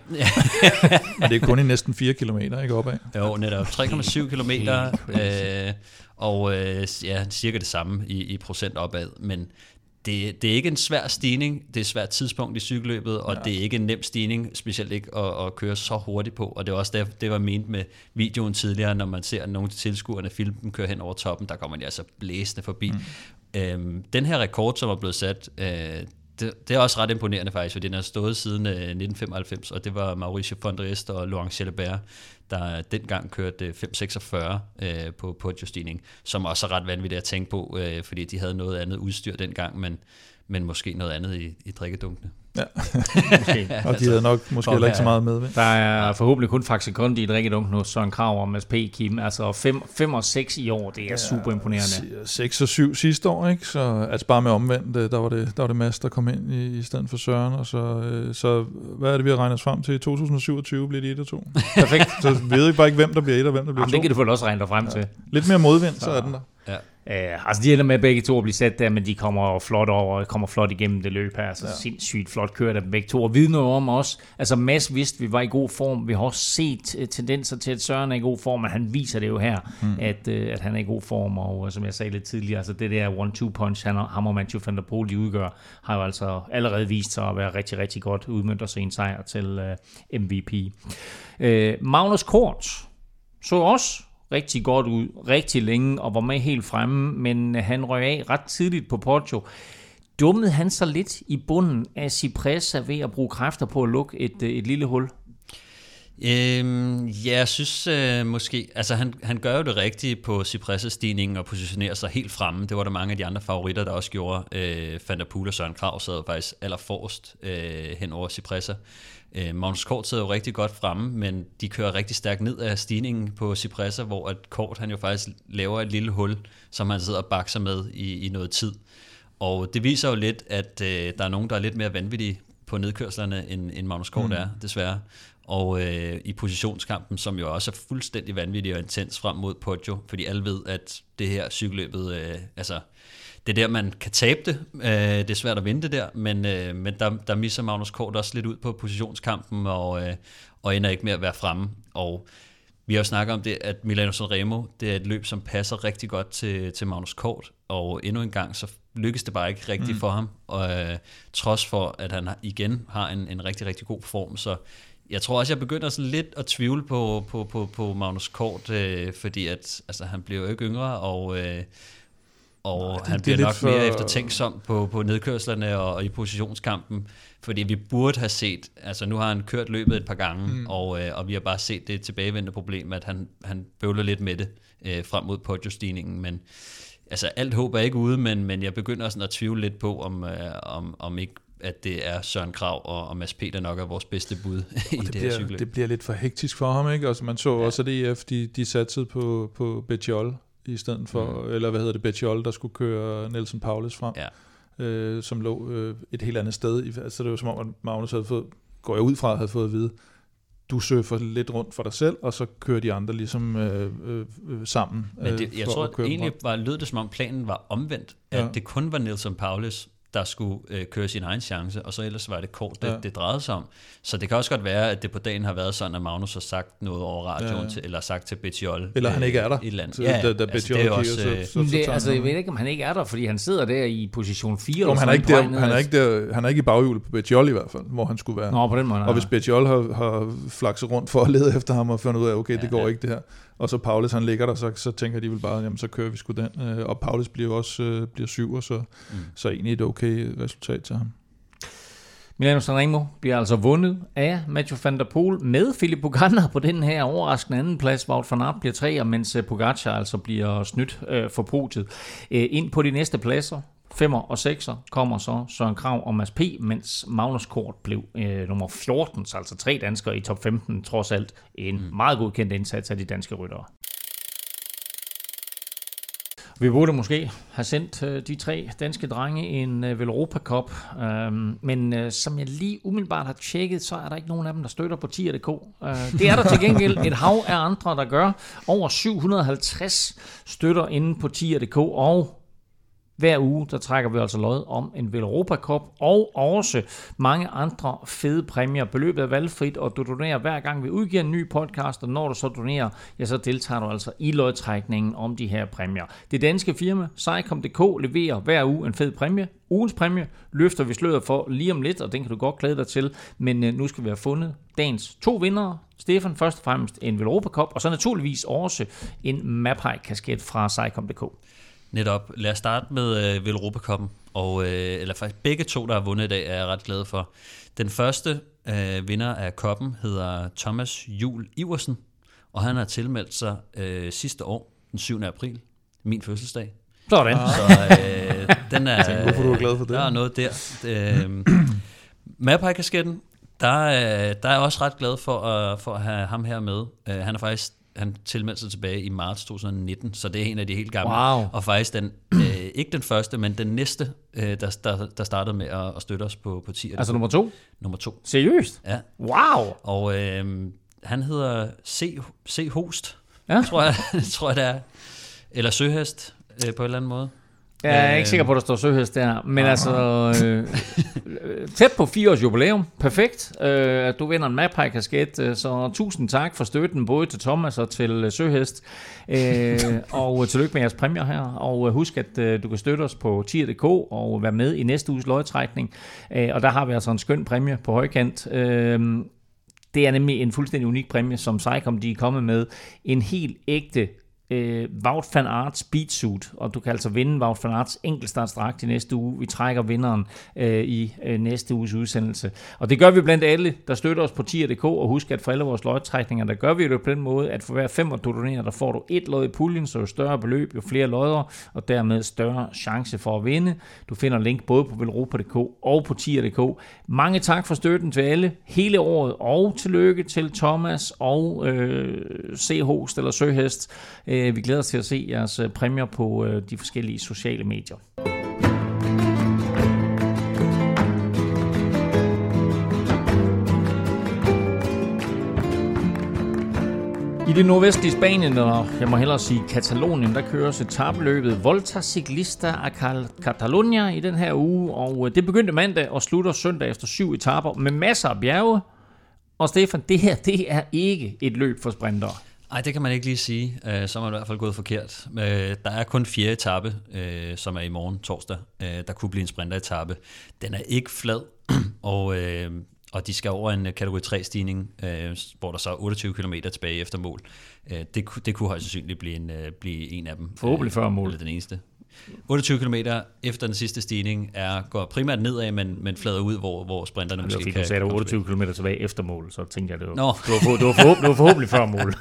Men det er kun i næsten fire kilometer, ikke opad? Jo, netop. tre komma syv kilometer. øh, og øh, ja, cirka det samme i, i procent opad. Men Det, det er ikke en svær stigning, det er et svært tidspunkt i cykelløbet, og ja. det er ikke en nem stigning, specielt ikke at, at køre så hurtigt på, og det er også det, det var ment med videoen tidligere, når man ser nogle af tilskuerne filmen køre hen over toppen, der kommer de altså blæsende forbi. Mm. Øhm, den her rekord, som er blevet sat, øh, det, det er også ret imponerende faktisk, fordi den har stået siden øh, nitten femoghalvfems, og det var Mauricio Fondriest og Laurent Jalabert, der dengang kørte fem seksogfyrre øh, på Poggio-stigning, som også er ret vanvittigt at tænke på, øh, fordi de havde noget andet udstyr dengang, men, men måske noget andet i, i drikkedunkene. Ja, måske. Og de havde nok måske heller ikke så meget med. Ved. Der er forhåbentlig kun Faxe Kondi i drikkedunken hos Søren Kragh og Mads P. Kim. Altså fem og seks i år, det er ja, super imponerende. seks og syv sidste år, ikke? Så altså bare med omvendt, der var det, der var det Mads, der kom ind i, i stedet for Søren. Og så, så hvad er det, vi har regnet os frem til? I to tusind og syvogtyve bliver de et og to. Perfekt. Så vi ved ikke bare ikke, hvem der bliver et og hvem der bliver Jamen, to. Det kan du vel også regne dig frem ja. til. Lidt mere modvind, så, så er den der. Ja. Uh, altså de ender med begge to at blive sat der, men de kommer flot over, kommer flot igennem det løb her, altså ja. sindssygt flot kørt af begge to, og vidner om også, altså Mads vidste, vi var i god form, vi har også set tendenser til, at Søren er i god form, men han viser det jo her, mm. at, uh, at han er i god form, og uh, som jeg sagde lidt tidligere, altså det der one-two punch, han og, ham og Mathieu van der Poel, de udgør, har jo altså allerede vist sig at være rigtig, rigtig godt, udmønter sig en sejr til uh, M V P. Uh, Magnus Kort så også rigtig godt ud, rigtig længe, og var med helt fremme, men han røg af ret tidligt på Poggio. Dummede han sig lidt i bunden af Cipressa ved at bruge kræfter på at lukke et, et lille hul? Øhm, ja, jeg synes øh, måske, altså han, han gør jo det rigtige på Cipressa-stigningen og positionerer sig helt fremme. Det var der mange af de andre favoritter, der også gjorde. Øh, Van der Poel og Søren Kragh sad faktisk allerforrest øh, hen over Cipressa. Øh, Magnus Kort sidder jo rigtig godt fremme, men de kører rigtig stærkt ned af stigningen på Cipressa, hvor at Kort han jo faktisk laver et lille hul, som han sidder og bakser med i, i noget tid. Og det viser jo lidt, at øh, der er nogen, der er lidt mere vanvittige på nedkørslerne, end, end Magnus Kort mm. er, desværre. Og øh, i positionskampen, som jo også er fuldstændig vanvittig og intens frem mod Poggio, fordi alle ved, at det her cykelløbet, øh, altså det er der, man kan tabe det. Øh, det er svært at vinde det der, men, øh, men der, der misser Magnus Kort også lidt ud på positionskampen, og, øh, og ender ikke med at være fremme. Og vi har jo snakket om det, at Milano Sanremo, det er et løb, som passer rigtig godt til, til Magnus Kort, og endnu en gang, så lykkes det bare ikke rigtigt mm. for ham, og øh, trods for, at han igen har en, en rigtig, rigtig god form, så jeg tror også, jeg begynder sådan lidt at tvivle på, på, på, på Magnus Kort, øh, fordi at, altså, han bliver jo ikke yngre, og, øh, og Nej, det, han bliver nok for... mere eftertænksom på, på nedkørslerne og, og i positionskampen, fordi vi burde have set, altså nu har han kørt løbet et par gange, mm. og, øh, og vi har bare set det tilbagevendende problem, at han, han bøvler lidt med det øh, frem mod Poggio-stigningen, men altså alt håb er ikke ude, men, men jeg begynder sådan at tvivle lidt på, om, øh, om, om ikke at det er Søren Kragh og, og Mads P, der nok er vores bedste bud i det, det her cykelløb. Det bliver lidt for hektisk for ham, ikke? Altså, man så ja. også, at E F, de, de satsede på, på Bettiol i stedet for, mm. eller hvad hedder det, Bettiol, der skulle køre Nelson Paulus frem, ja. øh, som lå øh, et helt andet sted. Altså, det var som om, at Magnus havde fået, går jeg ud fra, havde fået at vide, du surfer lidt rundt for dig selv, og så kører de andre ligesom øh, øh, sammen. Men det, jeg tror at egentlig var, lød det, som om planen var omvendt, at ja. det kun var Nelson Paulus, der skulle øh, køre sin egen chance, og så ellers var det Kort, det, ja. det drejede sig om. Så det kan også godt være, at det på dagen har været sådan, at Magnus har sagt noget over radioen, ja, ja. Til, eller sagt til Bettiol. Eller øh, han ikke er der. Et eller andet. Så, ja, da, da altså, det er også... Så, så, så, det, altså, jeg ved ikke, om han ikke er der, fordi han sidder der i position fire. Om han, er ikke der, han, er ikke der, han er ikke i baghjulet på Bettiol i hvert fald, hvor han skulle være. Nå, på den måde. Og hvis Bettiol har, har flakset rundt for at lede efter ham og finde ud af, okay, det ja, går ja. ikke det her. Og så Paulus, han ligger der, så, så tænker de vel bare, jamen så kører vi sgu den. Og Paulus bliver også øh, bliver syver, så, mm. så egentlig et okay resultat til ham. Milano Sanremo bliver altså vundet af Mathieu van der Poel med Filip Pogačar på den her overraskende anden plads. Wout van Aert bliver treer, mens Pogačar altså bliver snydt øh, for podiet. Øh, ind på de næste pladser, femmer og sekser, kommer så Søren Kragh og Mads P, mens Magnus Kort blev øh, nummer fjorten, så altså tre danskere i top femten, trods alt en mm. meget godkendt indsats af de danske ryttere. Vi burde måske have sendt øh, de tre danske drenge en øh, Velropa Cup, øhm, men øh, som jeg lige umiddelbart har tjekket, så er der ikke nogen af dem, der støtter på tier punktum d k. Øh, det er der til gengæld et hav af andre, der gør. Over syv hundrede og halvtreds støtter inde på tier punktum d k, og hver uge, der trækker vi altså lod om en Velropa Cup, og også mange andre fede præmier. Beløbet er valgfrit, og du donerer hver gang vi udgiver en ny podcast, og når du så donerer, ja, så deltager du altså i lodtrækningen om de her præmier. Det danske firma, Cycom punktum d k, leverer hver uge en fed præmie. Ugens præmie løfter vi sløret for lige om lidt, og den kan du godt glæde dig til, men nu skal vi have fundet dagens to vindere. Stefan, først og fremmest en Velropa Cup, og så naturligvis også en Mapei-kasket fra Cycom punktum d k. Netop. Lad os starte med øh, Velropa Cup'en, og øh, eller faktisk begge to, der har vundet i dag, er jeg ret glad for. Den første øh, vinder af Cup'en hedder Thomas Juhl Iversen, og han har tilmeldt sig øh, sidste år, den syvende april, min fødselsdag. Sådan. Så øh, den er, tænker, hvorfor du er glad for det? Der er noget der. Øh, Mapei-kasketten, der, der er jeg også ret glad for at, for at have ham her med. Øh, han er faktisk Han tilmeldte sig tilbage i marts to tusind nitten, så det er en af de helt gamle. Wow. Og faktisk den, øh, ikke den første, men den næste, øh, der, der, der startede med at, at støtte os på, på tier. Altså nummer to? Nummer to. Seriøst? Ja. Wow! Og øh, han hedder C. C. Host, ja. tror jeg, tror jeg det er. Eller Søhest, øh, på en eller anden måde. Jeg er ikke sikker på, at der står Søhest der, men uh-huh. altså øh, tæt på fire års jubilæum. Perfekt, øh, at du vinder en Mapei-kasket, så tusind tak for støtten, både til Thomas og til Søhest, øh, og tillykke med jeres præmier her, og husk, at øh, du kan støtte os på tier punktum d k og være med i næste uges lodtrækning, øh, og der har vi altså en skøn præmie på højkant. Øh, det er nemlig en fuldstændig unik præmie, som Cycom de er kommet med, en helt ægte øh, Wout van Aert Speedsuit, og du kan altså vinde Wout van Aerts enkeltstartsdragt i næste uge. Vi trækker vinderen øh, i øh, næste uges udsendelse. Og det gør vi blandt alle, der støtter os på tier punktum d k, og husk, at for alle vores lodtrækninger, der gør vi det på den måde, at for hver fem du donerer, der får du et lod i puljen, så jo større beløb, jo flere lodder, og dermed større chance for at vinde. Du finder link både på velropa punktum d k og på tier punktum d k. Mange tak for støtten til alle hele året, og tillykke til Thomas og øh, C H Stiller Søhest. Øh, vi glæder os til at se jeres øh, præmier på øh, de forskellige sociale medier. I det nordvestlige Spanien, og jeg må hellere sige Katalonien, der køres etapeløbet Volta Ciclista a Catalunya i den her uge, og det begyndte mandag og slutter søndag efter syv etaper med masser af bjerge. Og Stefan, det her, det er ikke et løb for sprintere. Nej, det kan man ikke lige sige. Så er man i hvert fald gået forkert. Der er kun fjerde etape, som er i morgen torsdag. Der kunne blive en sprinteretape. Den er ikke flad, og... Og de skal over en kategori tre stigning, øh, hvor der så er otteogtyve kilometer tilbage efter mål. Øh, det, det kunne højst sandsynligt blive en, øh, blive en af dem. Forhåbentlig før mål. Eller den eneste. otteogtyve kilometer efter den sidste stigning er, går primært nedad, men, men flader ud, hvor, hvor sprinterne måske kan... kan... Du sagde, der otteogtyve kilometer tilbage efter mål, så tænkte jeg, det var, det var, det var, forhåbentlig, det var forhåbentlig før mål.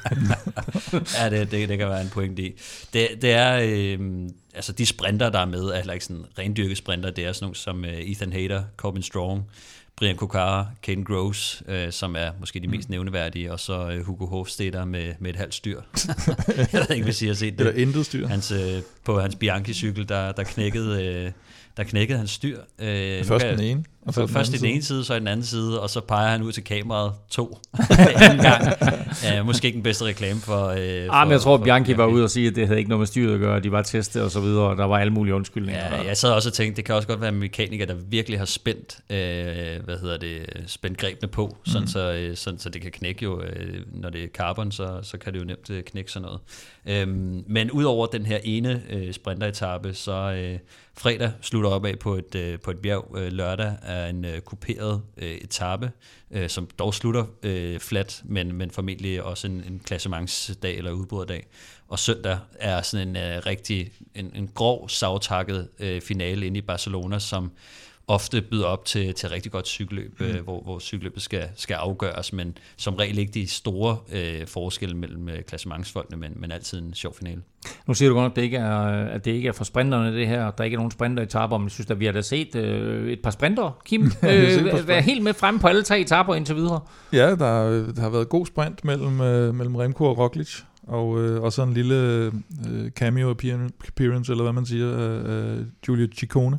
Ja, det, det, det kan være en pointe i. Det, det er... Øh, altså de sprinter, der er med, er heller ikke sådan rendyrke sprinter. Det er sådan nogle som Ethan Hayter, Corbin Strong, Brian Kokara, Caden Groves, øh, som er måske de mest nævneværdige, og så øh, Hugo Hofstadter med, med et halvt styr. Jeg ved ikke, hvis I har set det. Eller intet styr. Hans, øh, på hans Bianchi-cykel, der, der, knækkede, øh, der knækkede hans styr. Øh, først den ene. Og så først i den ene side, så i den anden side, og så peger han ud til kameraet to anden gang. Uh, måske ikke den bedste reklame for... Uh, ah, for men jeg tror, for, Bianchi for, var ude og sige, at det havde ikke noget med styret at gøre, de var testet og så videre, og der var alle mulige undskyldninger. Ja, jeg sad også og tænkte, det kan også godt være en mekaniker, der virkelig har spændt, uh, hvad hedder det, spændt grebene på, mm. sådan, så, uh, sådan så det kan knække jo, uh, når det er carbon, så, så kan det jo nemt uh, knække sådan noget. Um, men udover den her ene uh, sprinteretape, så uh, fredag slutter op af på et, uh, på et bjerg, uh, lørdag er en uh, kuperet uh, etape, uh, som dog slutter uh, flat, men, men formentlig også en, en klassementsdag eller udbryderdag. Og søndag er sådan en uh, rigtig, en, en grov, savtakket uh, finale inde i Barcelona, som ofte byder op til, til rigtig godt cykelløb, mm. øh, hvor, hvor cykelløbet skal, skal afgøres, men som regel ikke de store øh, forskelle mellem øh, klassementsfolkene, men, men altid en sjov finale. Nu siger du godt, at det ikke er, at det ikke er for sprinterne det her, der ikke er nogen sprinteretaper, men jeg synes, at vi har da set øh, et par sprinter, Kim, øh, være helt med fremme på alle tre etaper indtil videre. Ja, der, der har været god sprint mellem, øh, mellem Remco og Roglic, og øh, også en lille øh, cameo appearance, eller hvad man siger, øh, Giulio Ciccone.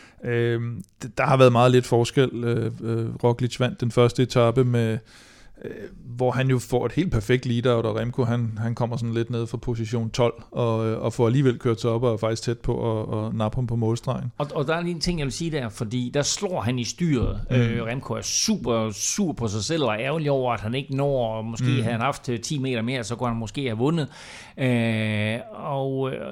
Øh, der har været meget lidt forskel. øh, øh, Roglic vandt den første etape med øh, hvor han jo får et helt perfekt lead-out, og Remco han, han kommer sådan lidt ned fra position tolv og, og får alligevel kørt sig op og er faktisk tæt på at, at nappe ham på målstregen. Og, og der er lige en ting jeg vil sige der, fordi der slår han i styret. mm. øh, Remco er super sur på sig selv og ærgerlig over at han ikke når, og måske mm. havde han haft ti meter mere, så kunne han måske have vundet. øh, og øh,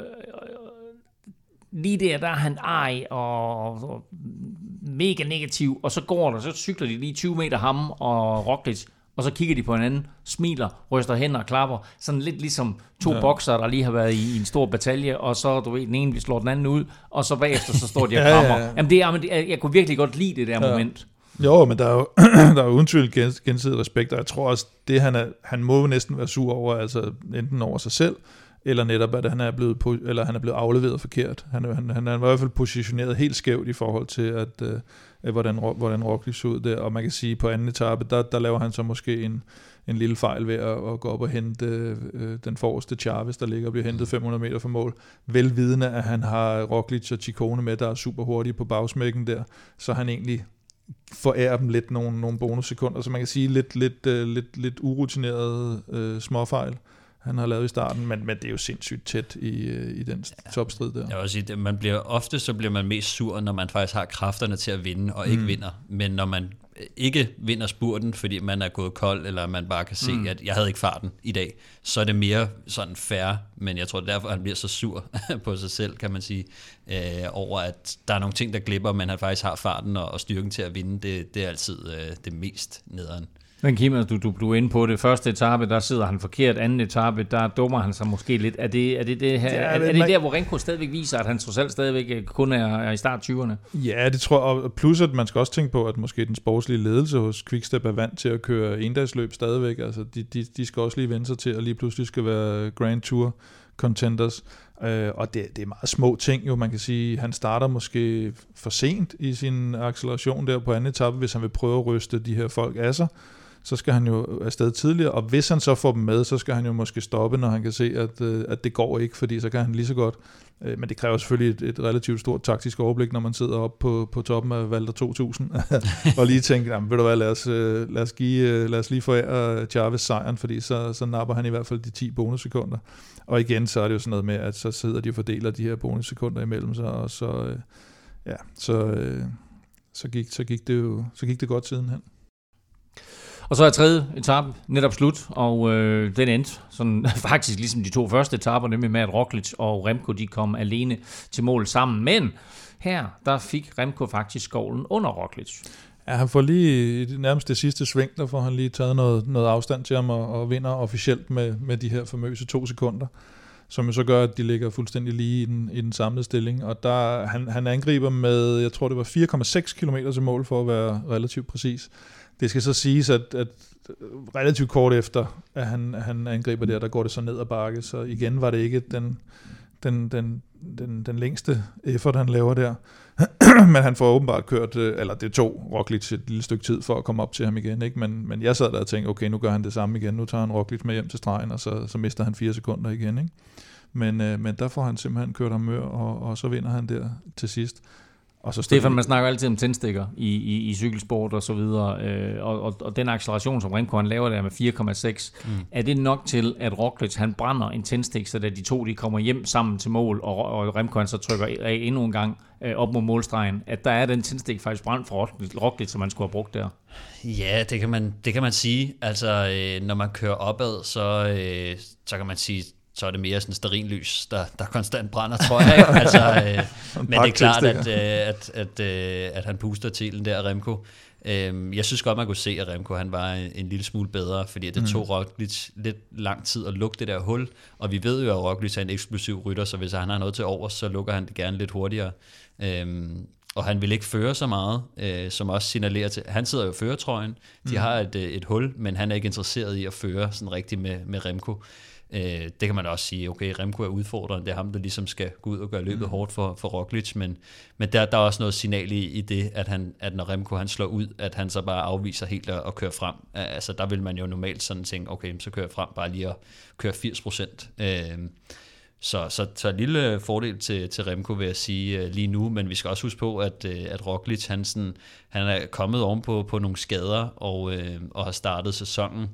lige der, der er han ej og, og mega negativ, og så går der, så cykler de lige tyve meter ham og Roglic, og så kigger de på hinanden, smiler, ryster hænder og klapper, sådan lidt ligesom to ja. bokser, der lige har været i, i en stor batalje, og så, du ved, den ene, vi slår den anden ud, og så bagefter, så står de og krammer. ja, ja, ja. Jamen, det er, men det, jeg kunne virkelig godt lide det der ja. moment. Jo, men der er jo, der er jo uden tvivl gens, gensidig respekt, og jeg tror også, det han er, han må jo næsten være sur over, altså enten over sig selv, eller netop, at han er blevet, eller han er blevet afleveret forkert. Han, han, han er i hvert fald positioneret helt skævt i forhold til, at, øh, hvordan, hvordan Roglic så ud der. Og man kan sige, på anden etape, der, der laver han så måske en, en lille fejl ved at, at gå op og hente øh, den forreste Chavez, der ligger og bliver hentet fem hundrede meter fra mål. Velvidende, at han har Roglic og Ciccone med, der er super hurtige på bagsmækken der, så han egentlig forærer dem lidt nogle, nogle bonussekunder. Så man kan sige, lidt, lidt, øh, lidt, lidt urutineret øh, småfejl han har lavet i starten, men, men det er jo sindssygt tæt i, i den ja. topstrid der. Jeg vil sige, at man bliver, ofte så bliver man mest sur, når man faktisk har kræfterne til at vinde, og ikke mm. vinder. Men når man ikke vinder spurten, fordi man er gået kold, eller man bare kan se, mm. at jeg havde ikke farten i dag, så er det mere sådan fair, men jeg tror derfor, han bliver så sur på sig selv, kan man sige, øh, over at der er nogle ting, der glipper, men han faktisk har farten og, og styrken til at vinde. Det, det er altid øh, det mest nederen. Men Kim, du, du, du er inde på det. Første etape, der sidder han forkert. Anden etape, der dummer han sig måske lidt. Er det, er det, det, her, det, er, er, er det man... der, hvor Remco stadigvæk viser, at han trods alt stadigvæk kun er, er i start tyverne? Ja, det tror jeg. Og plus, at man skal også tænke på, at måske den sportslige ledelse hos Quickstep er vant til at køre endagsløb stadigvæk. Altså, de, de, de skal også lige vende sig til, at lige pludselig skal være Grand Tour contenders. Øh, og det, det er meget små ting jo, man kan sige. Han starter måske for sent i sin acceleration der på anden etape, hvis han vil prøve at ryste de her folk af sig. Så skal han jo afsted tidligere, og hvis han så får dem med, så skal han jo måske stoppe, når han kan se, at, at det går ikke, fordi så kan han lige så godt. Men det kræver selvfølgelig et, et relativt stort taktisk overblik, når man sidder oppe på, på toppen af Valter to tusind, og lige tænker, jamen, ved du hvad, lad os, lad os, give, lad os lige forære Chavez sejren, fordi så, så napper han i hvert fald de ti bonussekunder. Og igen, så er det jo sådan noget med, at så sidder de og fordeler de her bonussekunder imellem sig, og så, ja, så, så, gik, så, gik, det jo, så gik det godt sidenhen. Og så er tredje etape netop slut, og øh, den endte sådan, faktisk ligesom de to første etaper, nemlig med at Roglic og Remco de kom alene til mål sammen. Men her, der fik Remco faktisk skovlen under Roglic. Ja, han får lige i nærmest det sidste sving, der får han lige taget noget, noget afstand til ham og, og vinder officielt med, med de her famøse to sekunder, som jo så gør, at de ligger fuldstændig lige i den, i den samlede stilling. Og der, han, han angriber med, jeg tror det var fire komma seks kilometer til mål for at være relativt præcis. Det skal så siges, at, at relativt kort efter, at han, han angriber der, der går det så ned ad bakke, så igen var det ikke den, den, den, den, den længste effort, han laver der. Men han får åbenbart kørt, eller det tog Roglic et lille stykke tid for at komme op til ham igen, ikke? Men, men jeg sad der og tænkte, okay, nu gør han det samme igen, nu tager han Roglic med hjem til stregen, og så, så mister han fire sekunder igen, ikke? Men, øh, men der får han simpelthen kørt ham mør, og, og så vinder han der til sidst. Og så Stefan, man snakker altid om tændstikker i, i, i cykelsport og så videre, øh, og, og, og den acceleration, som Remco han laver der med fire komma seks, mm. er det nok til, at Roglic han brænder en tændstik, så da de to de kommer hjem sammen til mål, og, og Remco han så trykker af endnu en gang øh, op mod målstregen, at der er den tændstik faktisk brændt for Roglic, som man skulle have brugt der? Ja, det kan man, det kan man sige. Altså, øh, når man kører opad, så, øh, så kan man sige, så er det mere sådan stearinlys, der, der konstant brænder, tror jeg. Ikke? Altså, øh, men det er klart, at, øh, at, at, øh, at han puster til der, Remco. Øh, jeg synes godt, man kunne se, at Remco han var en, en lille smule bedre, fordi det mm. tog Roglic lidt lang tid at lukke det der hul, og vi ved jo, at Roglic er en eksplosiv rytter, så hvis han har noget til over, så lukker han det gerne lidt hurtigere. Øh, og han vil ikke føre så meget, øh, som også signalerer til. Han sidder jo i førertrøjen, de mm. har et, et hul, men han er ikke interesseret i at føre sådan rigtigt med, med Remco. Det kan man også sige, okay, Remco er udfordrende, det er ham, der ligesom skal gå ud og gøre løbet mm. hårdt for, for Roglic, men, men der, der er også noget signal i, i det, at, han, at når Remco han slår ud, at han så bare afviser helt at, at køre frem. Altså der vil man jo normalt sådan tænke, okay, så kører jeg frem bare lige at køre firs procent. Så, så, så en lille fordel til, til Remco, vil jeg sige lige nu, men vi skal også huske på, at, at Roglic han, sådan, han er kommet ovenpå på nogle skader og, og har startet sæsonen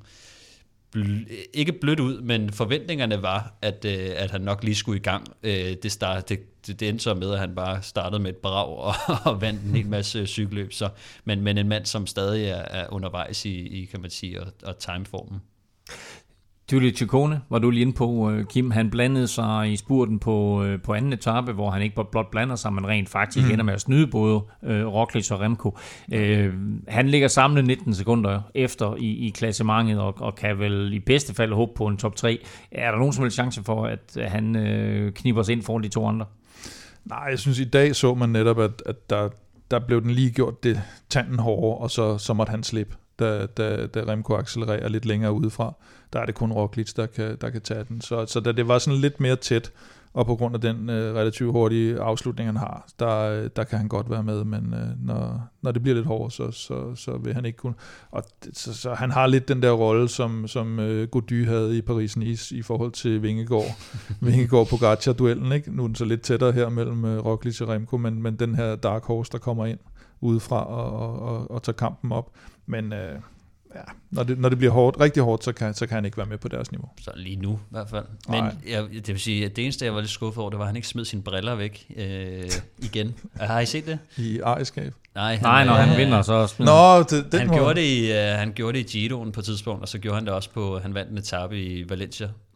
ikke blødt ud, men forventningerne var, at, øh, at han nok lige skulle i gang. Øh, det, start, det, det endte så med, at han bare startede med et brag og, og vandt en hel masse cykelløb. Så, men, men en mand, som stadig er, er undervejs i, i, kan man sige, og, og timeformen. Giulio Ciccone var du lige inde på, Kim. Han blandede sig i spurten på, på anden etape, hvor han ikke blot blander sig, men rent faktisk mm. ender med at snyde både øh, Roglic og Remco. Øh, han ligger samlet nitten sekunder efter i, i klassementet, og, og kan vel i bedste fald håbe på en top tre. Er der nogen som helst chance for, at han øh, kniber sig ind foran de to andre? Nej, jeg synes i dag så man netop, at, at der, der blev den lige gjort det tanden hårdere, og så, så måtte han slippe, da, da, da Remco accelererer lidt længere udefra. Der er det kun Roglic, der kan, der kan tage den. Så, så da det var sådan lidt mere tæt, og på grund af den øh, relativt hurtige afslutning, han har, der, der kan han godt være med, men øh, når, når det bliver lidt hårdere, så, så, så vil han ikke kunne. Og det, så, så han har lidt den der rolle, som, som øh, Gody havde i Paris-Nice i forhold til Vingegaard. Vingegaard-Pogacar-duellen, ikke? Nu er den så lidt tættere her mellem øh, Roglic og Remco, men, men den her dark horse, der kommer ind udefra og, og, og, og tager kampen op. Men øh, ja, når det, når det bliver hårdt, rigtig hårdt, så kan, så kan han ikke være med på deres niveau. Så lige nu i hvert fald. Men jeg, det vil sige, at det eneste, jeg var lidt skuffet over, det var, at han ikke smed sine briller væk øh, igen. Har I set det? I ejerskab? Nej, han, Nej, når han øh, vinder, så smider Nå, det, det han, gjorde det i, uh, han gjorde det i Giroen på et tidspunkt, og så gjorde han det også på, han vandt en etape i Valencia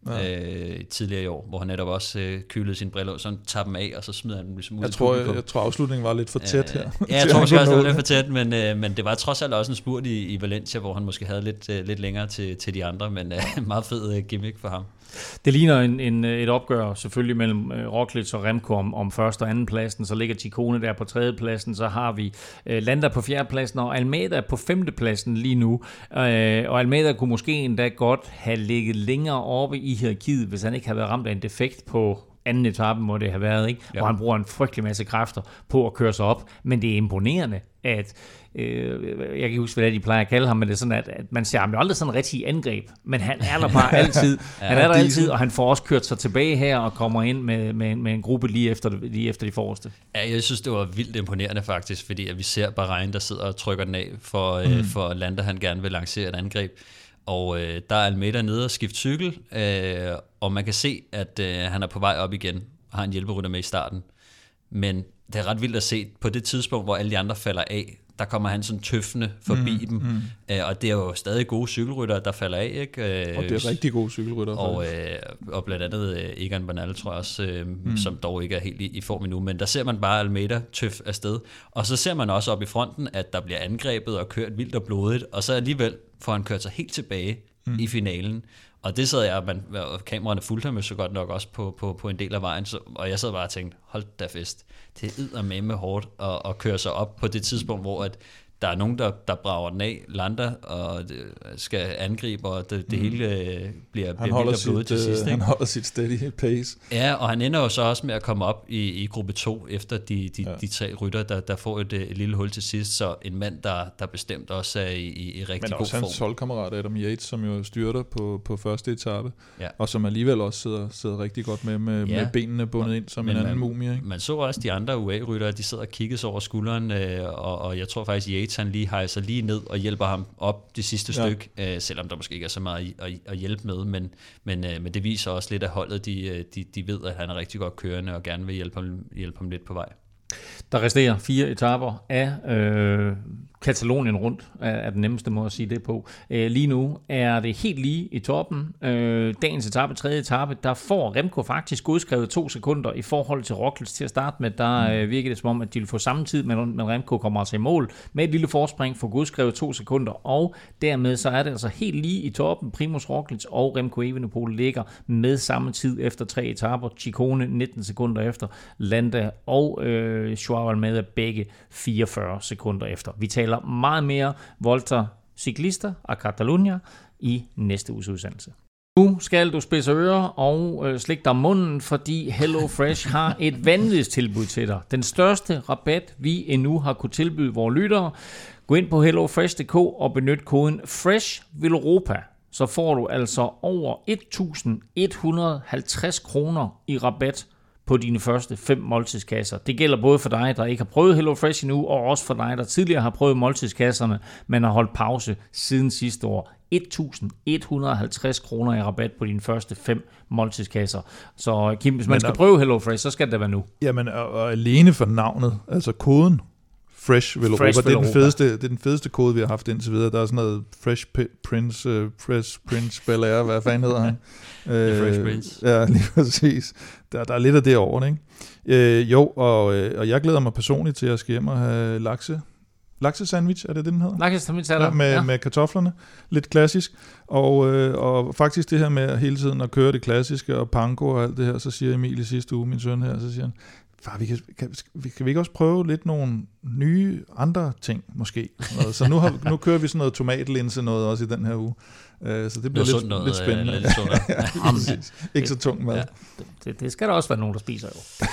ja. øh, tidligere i år, hvor han netop også øh, kylede sine briller, så han tager dem af, og så smider han dem ligesom ud jeg i tror, publikum. jeg, jeg tror, afslutningen var lidt for tæt her. Ja, jeg tror måske også, det var lidt for tæt, men, øh, men det var trods alt også en spurt i, i Valencia, hvor han måske havde lidt, øh, lidt længere til, til de andre, men øh, meget fed øh, gimmick for ham. Det ligner en, en, et opgør selvfølgelig mellem øh, Roglic og Remco om, om første og anden pladsen, så ligger Ciccone der på tredje pladsen, så har vi øh, Landa på fjerde pladsen, og Almeida på femte pladsen lige nu, øh, og Almeida kunne måske endda godt have ligget længere oppe i hierarkiet, hvis han ikke havde været ramt af en defekt på anden etape, må det have været, ikke? Ja. Hvor han bruger en frygtelig masse kræfter på at køre sig op, men det er imponerende, at øh, jeg kan ikke huske, hvad de plejer at kalde ham, men det er sådan, at, at man ser ham jo aldrig sådan en rigtig angreb, men han er der bare altid, ja, han er der altid, og han får også kørt sig tilbage her og kommer ind med, med, med en gruppe lige efter, lige efter de forreste. Ja, jeg synes, det var vildt imponerende faktisk, fordi at vi ser Bahrain, der sidder og trykker den af for, mm. øh, for Landa, han gerne vil lancere et angreb. Og øh, der er Almeida nede og skifte cykel, øh, og man kan se, at øh, han er på vej op igen, og har en hjælperytter med i starten. Men det er ret vildt at se, på det tidspunkt, hvor alle de andre falder af, der kommer han sådan tøffende forbi mm, dem. Mm. Øh, og det er jo stadig gode cykelrytter, der falder af, ikke? Øh, og det er rigtig gode cykelrytter. Og, øh, og blandt andet øh, Egan Bernal, tror jeg også, øh, mm. som dog ikke er helt i, i form endnu. Men der ser man bare Almeida tøff afsted. Og så ser man også op i fronten, at der bliver angrebet og kørt vildt og blodigt. Og så alligevel får han kørt sig helt tilbage mm. i finalen. Og det sad jeg, man, og kameraerne fulgte ham så godt nok også på, på, på en del af vejen, så, og jeg sad bare og tænkte, hold da fest, det er eddermame hårdt at, at køre sig op på det tidspunkt, hvor at der er nogen, der, der brager den af, Landa, og skal angribe, og det, det mm. hele bliver, bliver vildt og blodigt til sidst. Ikke? Han holder sit steady pace. Ja, og han ender jo så også med at komme op i, i gruppe to, efter de, de, ja. de tre rytter, der, der får et, et lille hul til sidst, så en mand, der, der bestemt også er i, i, i rigtig god form. Men også hans holdkammerat Adam Yates, som jo styrter på, på første etape, ja. Og som alligevel også sidder, sidder rigtig godt med, med, ja. med benene bundet ind som Men en anden man, mumie. Ikke? Man så også de andre U A-ryttere, de sidder og kigger sig over skulderen, og, og jeg tror faktisk, Yates han lige hejser lige ned og hjælper ham op det sidste ja. stykke, øh, selvom der måske ikke er så meget at, at hjælpe med, men, men, øh, men det viser også lidt, at holdet de, de, de ved, at han er rigtig godt kørende og gerne vil hjælpe ham, hjælpe ham lidt på vej. Der resterer fire etaper af øh, Katalonien rundt, er den nemmeste måde at sige det på. Øh, lige nu er det helt lige i toppen. Øh, dagens etape, tredje etape, der får Remco faktisk godskrevet to sekunder i forhold til Roglic til at starte med. Der øh, virker det som om, at de vil få samme tid, men, men Remco kommer altså i mål med et lille forspring, får godskrevet to sekunder, og dermed så er det altså helt lige i toppen. Primož Roglic og Remco Evenepoel ligger med samme tid efter tre etaper. Ciccone nitten sekunder efter, Landa og øh, Joao Almeida begge fireogfyrre sekunder efter. Vi taler meget mere Volta Ciclista og Catalunya i næste uges udsendelse. Nu skal du spidse ører og øh, slikke dig om munden, fordi HelloFresh har et vanvittigt tilbud til dig. Den største rabat, vi endnu har kunne tilbyde vores lyttere. Gå ind på hellofresh punktum d k og benyt koden FRESHVELOROPA. Så får du altså over et tusind et hundrede og halvtreds kroner i rabat på dine første fem måltidskasser. Det gælder både for dig, der ikke har prøvet HelloFresh endnu, og også for dig, der tidligere har prøvet måltidskasserne, men har holdt pause siden sidste år. et tusind et hundrede og halvtreds kroner i rabat på dine første fem måltidskasser. Så Kim, hvis man men, skal prøve HelloFresh, så skal det være nu. Jamen, og, og alene for navnet, altså koden, Fresh Veloropa, det er den fedeste, det er den fedeste kode, vi har haft indtil videre. Der er sådan noget Fresh P- Prince, uh, Fresh Prince Bel Air, hvad fanden hedder han? uh, Fresh Prince. Ja, lige præcis. Der, der er lidt af det over, ikke? Uh, jo, og, og jeg glæder mig personligt til at skal hjem og have lakse. Lakse-sandwich, er det det, den hedder? Lakse-sandwich er der. Ja, med, ja. med kartoflerne. Lidt klassisk. Og, øh, og faktisk det her med hele tiden at køre det klassiske og panko og alt det her, så siger Emil i sidste uge, min søn her, så siger han, far, vi kan, kan, kan vi ikke også prøve lidt nogle nye andre ting, måske? Så nu, har, nu kører vi sådan noget tomatlinse noget også i den her uge. Så det bliver lidt, noget, lidt spændende. Øh, lidt ja, ikke så tung mad. Ja. Det, det skal der også være nogen, der spiser jo.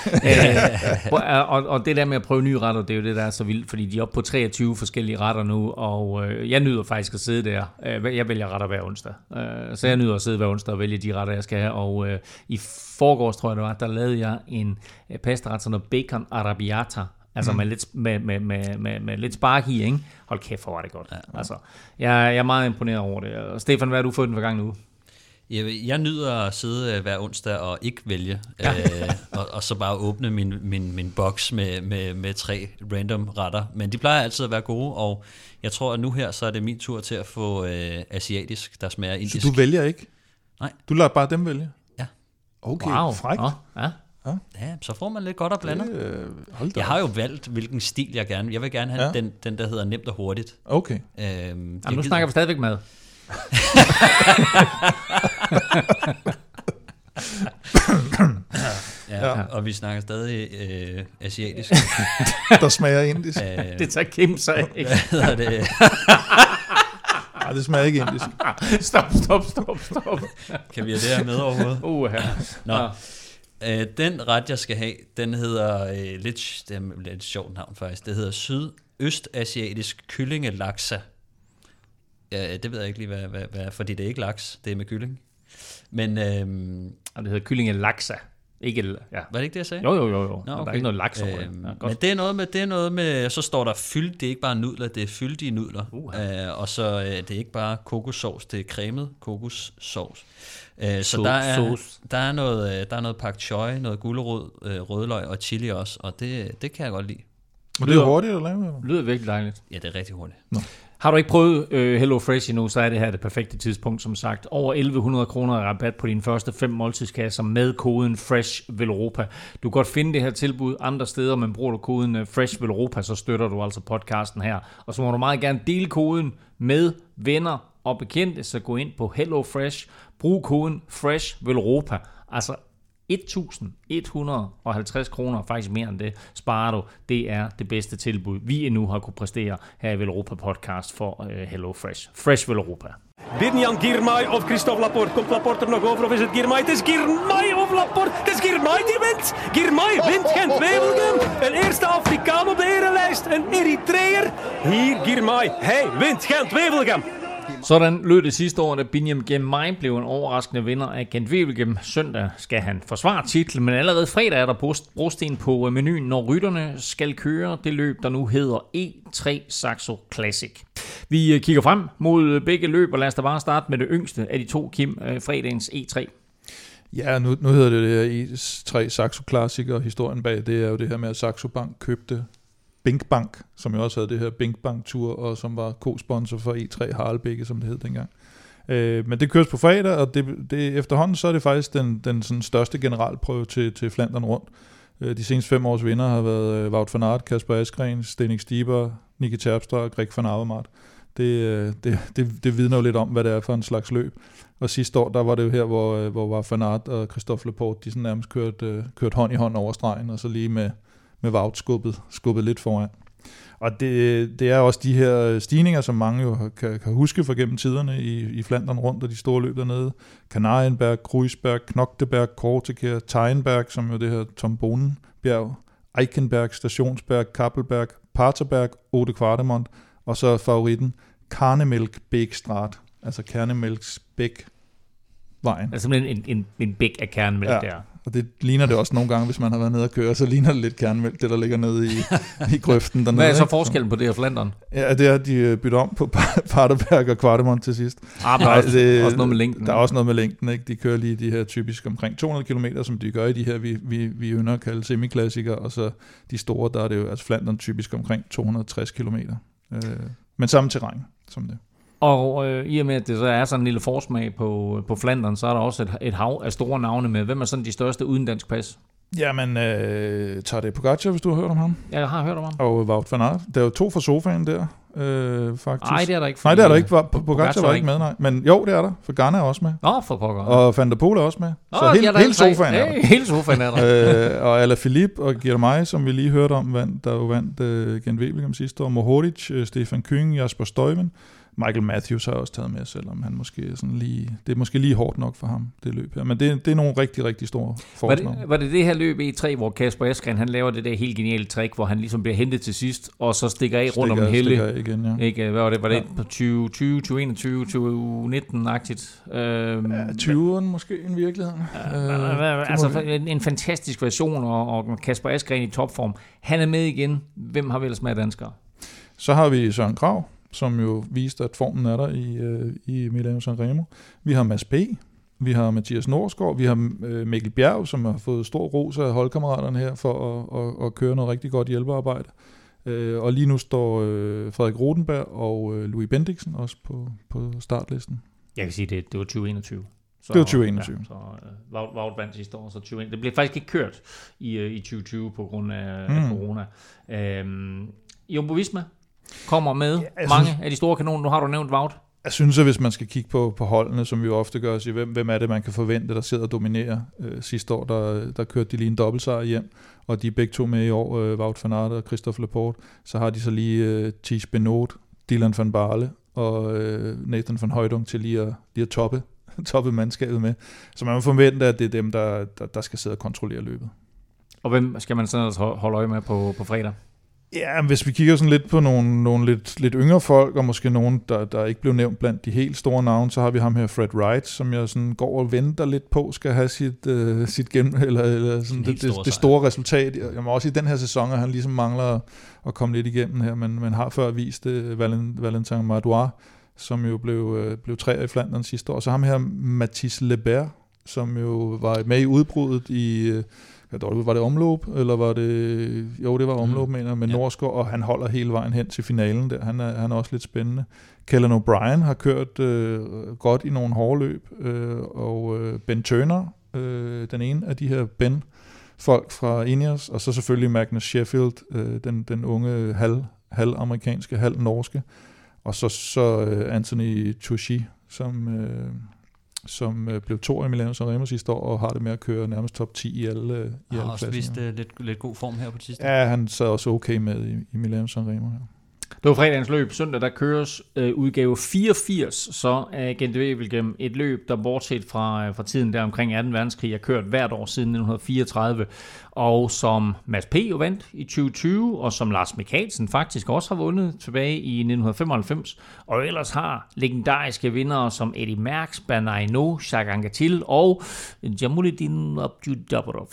og, og det der med at prøve nye retter, det er jo det, der er så vildt, fordi de er oppe på treogtyve forskellige retter nu, og øh, jeg nyder faktisk at sidde der. Jeg vælger retter hver onsdag. Øh, så jeg nyder at sidde hver onsdag og vælge de retter, jeg skal have. Og øh, i forgårs, tror jeg det var, der lavede jeg en pastaret, sådan noget bacon arrabbiata, altså mm. med, lidt, med, med, med, med, med lidt spark i, ikke? Hold kæft, hvor var det godt. Ja, ja. Altså, jeg, jeg er meget imponeret over det. Og Stefan, hvad har du fået den forgangne uge? Jeg, jeg nyder at sidde hver onsdag og ikke vælge, ja. øh, og, og så bare åbne min, min, min boks med, med, med tre random retter. Men de plejer altid at være gode, og jeg tror, at nu her, så er det min tur til at få øh, asiatisk, der smager indisk. Så du vælger ikke? Nej. Du lader bare dem vælge? Ja. Okay, wow. frækt. Nå, ja. Ja, så får man lidt godt at blande. Øh, hold da. Jeg har jo valgt, hvilken stil jeg gerne vil. Jeg vil gerne have Ja. den, den, der hedder nemt og hurtigt. Okay. Øhm, Jamen, nu snakker vi stadigvæk mad. ja, ja, og vi snakker stadig øh, asiatisk. Der smager indisk. øh, Det tager Kim sig ikke. Hvad hedder det? Nej, det smager ikke indisk. Stop, stop, stop, stop. Kan vi have det her med overhovedet? Uh, Nå. Ja. Øh, den ret, jeg skal have, den hedder, øh, lidt, det er lidt sjovt navn faktisk, det hedder Sydøstasiatisk kyllingelaksa. Ja, det ved jeg ikke lige, hvad, hvad, hvad fordi det er ikke laks, det er med kylling. Men, øhm, Og det hedder kyllingelaksa. Ikke, ja. var det ikke det, jeg sagde? Jo, jo, jo, jo. Nå, okay. Der er ikke noget laks over det. Øhm, Ja, godt. men det er, noget med, det er noget med, så står der fyldt, det er ikke bare nudler, det er fyldige nudler. Uh-huh. Øh, og så øh, det er ikke bare kokossovs, det er cremet kokossovs. Øh, så So- der er, sauce. der er noget, øh, der er noget pak choi, noget gulerod, øh, rødløg og chili også, og det, det kan jeg godt lide. Og det er hurtigt at lave, eller? Det lyder virkelig dejligt. Ja, det er rigtig hurtigt. Har du ikke prøvet uh, Hello Fresh endnu, så er det her det perfekte tidspunkt, som sagt. Over elleve hundrede kroner i rabat på dine første fem måltidskasser med koden Fresh Velropa. Du kan godt finde det her tilbud andre steder, men bruger du koden uh, Fresh Velropa, så støtter du altså podcasten her. Og så må du meget gerne dele koden med venner og bekendte, så gå ind på Hello Fresh, brug koden Fresh Velropa. Altså et tusind et hundrede og halvtreds kroner, faktisk mere end det, sparer du. Det er det bedste tilbud, vi endnu har kunne præstere her i Velropa Podcast for uh, Hello Fresh. Fresh Velropa. Birjan Girmay of Christophe Laporte. Komt Laporte er nog over of is het Girmay? Het is Girmay of Laporte. Het is Girmay die wint. Girmay wint Gent-Wevelgem. Een eerste Afrikaan op de erelijst. Een Eritreër. Hier Girmay. Hij wint Gent-Wevelgem. Sådan lød det sidste år, da Binyam Girmay blev en overraskende vinder af Gent-Wevelgem. Søndag skal han forsvare titlen, men allerede fredag er der brosten på menuen, når rytterne skal køre det løb, der nu hedder E tre Saxo Classic. Vi kigger frem mod begge løb, og lad os da bare starte med det yngste af de to, Kim, fredagens E tre. Ja, nu, nu hedder det det her E tre Saxo Classic, og historien bag det er jo det her med, at Saxo Bank købte Bink Bank, som jo også havde det her Bink Bank-tur, og som var co-sponsor for E tre Harlebække, som det hed dengang. Øh, men det køres på fredag, og det, det, efterhånden så er det faktisk den, den sådan største generalprøve til, til Flandern rundt. Øh, de seneste fem års vinder har været Wout van Aert, Kasper Asgreen, Stenik Stieber, Niki Terpstra og Greg van Avermaet. Det, det, det, det vidner jo lidt om, hvad det er for en slags løb. Og sidste år, der var det jo her, hvor, hvor Wout van Aert og Christophe Laporte, de sådan nærmest kørte, kørte hånd i hånd over stregen, og så lige med med Wout skubbet, skubbet lidt foran. Og det, det er også de her stigninger, som mange jo kan, kan huske fra gennem tiderne i, i Flandern rundt, og de store løb dernede. Kanarienberg, Kruisberg, Knokteberg, Kortekær, Teijenberg, som jo det her Tom Bonen-bjerg, Eichenberg, Stationsberg, Kappelberg, Paterberg, Ode Kvartemont, og så favoritten Karnemælk Bækstrat, altså Karnemælks Bæk-vejen. Altså simpelthen en, en, en bæk af kernemælk ja. Der. Og det ligner det også nogle gange, hvis man har været nede og køre, så ligner det lidt kernemælk, det der ligger nede i, i grøften dernede. Hvad er så forskellen på det her Flandern? Ja, det er, at de bytter om på Paterberg og Kvartemont til sidst. Ah, der er også, det, også noget med længden. Der er også noget med længden, ikke? De kører lige de her typisk omkring to hundrede kilometer, som de gør i de her, vi, vi, vi ynder at kalde semiklassikere, og så de store, der er det jo, altså Flandern typisk omkring to hundrede og tres kilometer. Øh, men samme terræn som det. Og øh, i og med, at det så er sådan en lille forsmag på, på Flandern, så er der også et, et hav af store navne med. Hvem er sådan de største uden dansk pas? Jamen, øh, Tadej Pogacar, hvis du har hørt om ham. Jeg har hørt om ham. Og Wout van Aert. Der er jo to fra sofaen der, øh, faktisk. Nej, det er der ikke. Nej, det er der ikke. Pogacar, Pogacar var ikke med, nej. Men jo, det er der, for Ghana er også med. Nå, for pokker. Og Van der Poel er også med. Nå, så hele, hele sofaen er der. Hey, hele sofaen er der. øh, og Alaphilippe og Girmay, som vi lige hørte om, vandt, der jo vandt øh, Gent-Wevelgem sidste år. Mohoric, øh, Stefan Küng, Jasper Stuyven. Michael Matthews har også taget med, selvom han måske er sådan lige, det er måske lige hårdt nok for ham, det løb her. Men det, det er nogle rigtig, rigtig store forsnavn. Var det, var det det her løb E tre, hvor Kasper Asgreen, han laver det der helt geniale trick, hvor han ligesom bliver hentet til sidst, og så stikker af stikker, rundt om Helle? Stikker af igen, ja. Ikke, hvad var det? Var det ja. På tyve tyve, tyve enogtyve, tyve nitten-agtigt? Øhm, ja, tyveren måske i virkeligheden. Øh, øh, altså en, en fantastisk version, og, og Kasper Asgreen i topform. Han er med igen. Hvem har vel med danskere? Så har vi Søren Kragh, som jo viste, at formen er der i, øh, i Milano Sanremo. Vi har Mads P., vi har Mathias Norsgaard, vi har øh, Mikkel Bjerg, som har fået stor ros af holdkammeraterne her for at, at, at køre noget rigtig godt hjælpearbejde. Øh, og lige nu står øh, Frederik Rodenberg og øh, Louis Bendiksen også på, på startlisten. Jeg kan sige, det, det var tyve enogtyve. Så, det var tyve enogtyve. Ja, så uh, Wout, Wout vandt sidste år, så tyve enogtyve. Det blev faktisk ikke kørt i, uh, i tyve tyve på grund af, mm. af corona. Øhm, Jumbo Visma kommer med ja, mange synes, af de store kanoner. Nu har du nævnt Wout. Jeg synes, at hvis man skal kigge på, på holdene, som vi jo ofte gør, sige, hvem, hvem er det, man kan forvente, der sidder og dominerer. Øh, sidste år, der, der kørte de lige en dobbeltsejr hjem, og de er begge to med i år, øh, Wout van Aert og Christophe Laporte. Så har de så lige øh, Tiesj Benoot, Dylan van Baarle og øh, Nathan van Hooydonk til lige at, lige at toppe, toppe mandskabet med. Så man må forvente, at det er dem, der, der, der skal sidde og kontrollere løbet. Og hvem skal man så holde øje med på, på fredag? Ja, hvis vi kigger sådan lidt på nogle, nogle lidt, lidt yngre folk, og måske nogen, der, der ikke blev nævnt blandt de helt store navne, så har vi ham her, Fred Wright, som jeg sådan går og venter lidt på, skal have sit, uh, sit gennem, eller, eller sådan det, det, det store resultat. Jeg må også i den her sæson, at han ligesom mangler at komme lidt igennem her, men man har før vist uh, Valentin Madouas, som jo blev, uh, blev træer i Flandern sidste år. Så ham her, Mathis Lebert, som jo var med i udbruddet i... Uh, var det omløb, eller var det... Jo, det var omløb, mm. mener jeg, med ja. Norsgaard, og han holder hele vejen hen til finalen der. Han er, han er også lidt spændende. Kellen O'Brien har kørt øh, godt i nogle hårde løb, øh, og øh, Ben Turner, øh, den ene af de her Ben-folk fra Ineos, og så selvfølgelig Magnus Sheffield, øh, den, den unge halv, halv amerikanske, halv norske, og så, så øh, Anthony Tucci, som... Øh, som øh, blev to i Milano Sanremo sidste år, og har det med at køre nærmest top ti i alle, øh, i alle også vist uh, lidt, lidt god form her på sidste. Ja, han sad også okay med i, i Milano Sanremo. Ja. Det var fredagens løb. Søndag, der køres øh, udgave fireogfirs, så er Gent-Wevelgem et løb, der bortset fra, fra tiden der omkring anden verdenskrig, er kørt hvert år siden nitten fireogtredive, og som Mads P. jo vandt i tyve tyve, og som Lars Mikkelsen faktisk også har vundet tilbage i nitten femoghalvfems, og ellers har legendariske vindere som Eddy Merckx, Bernard Hinault, Jacques Anquetil og Jamouddin Abdou-Dabrov.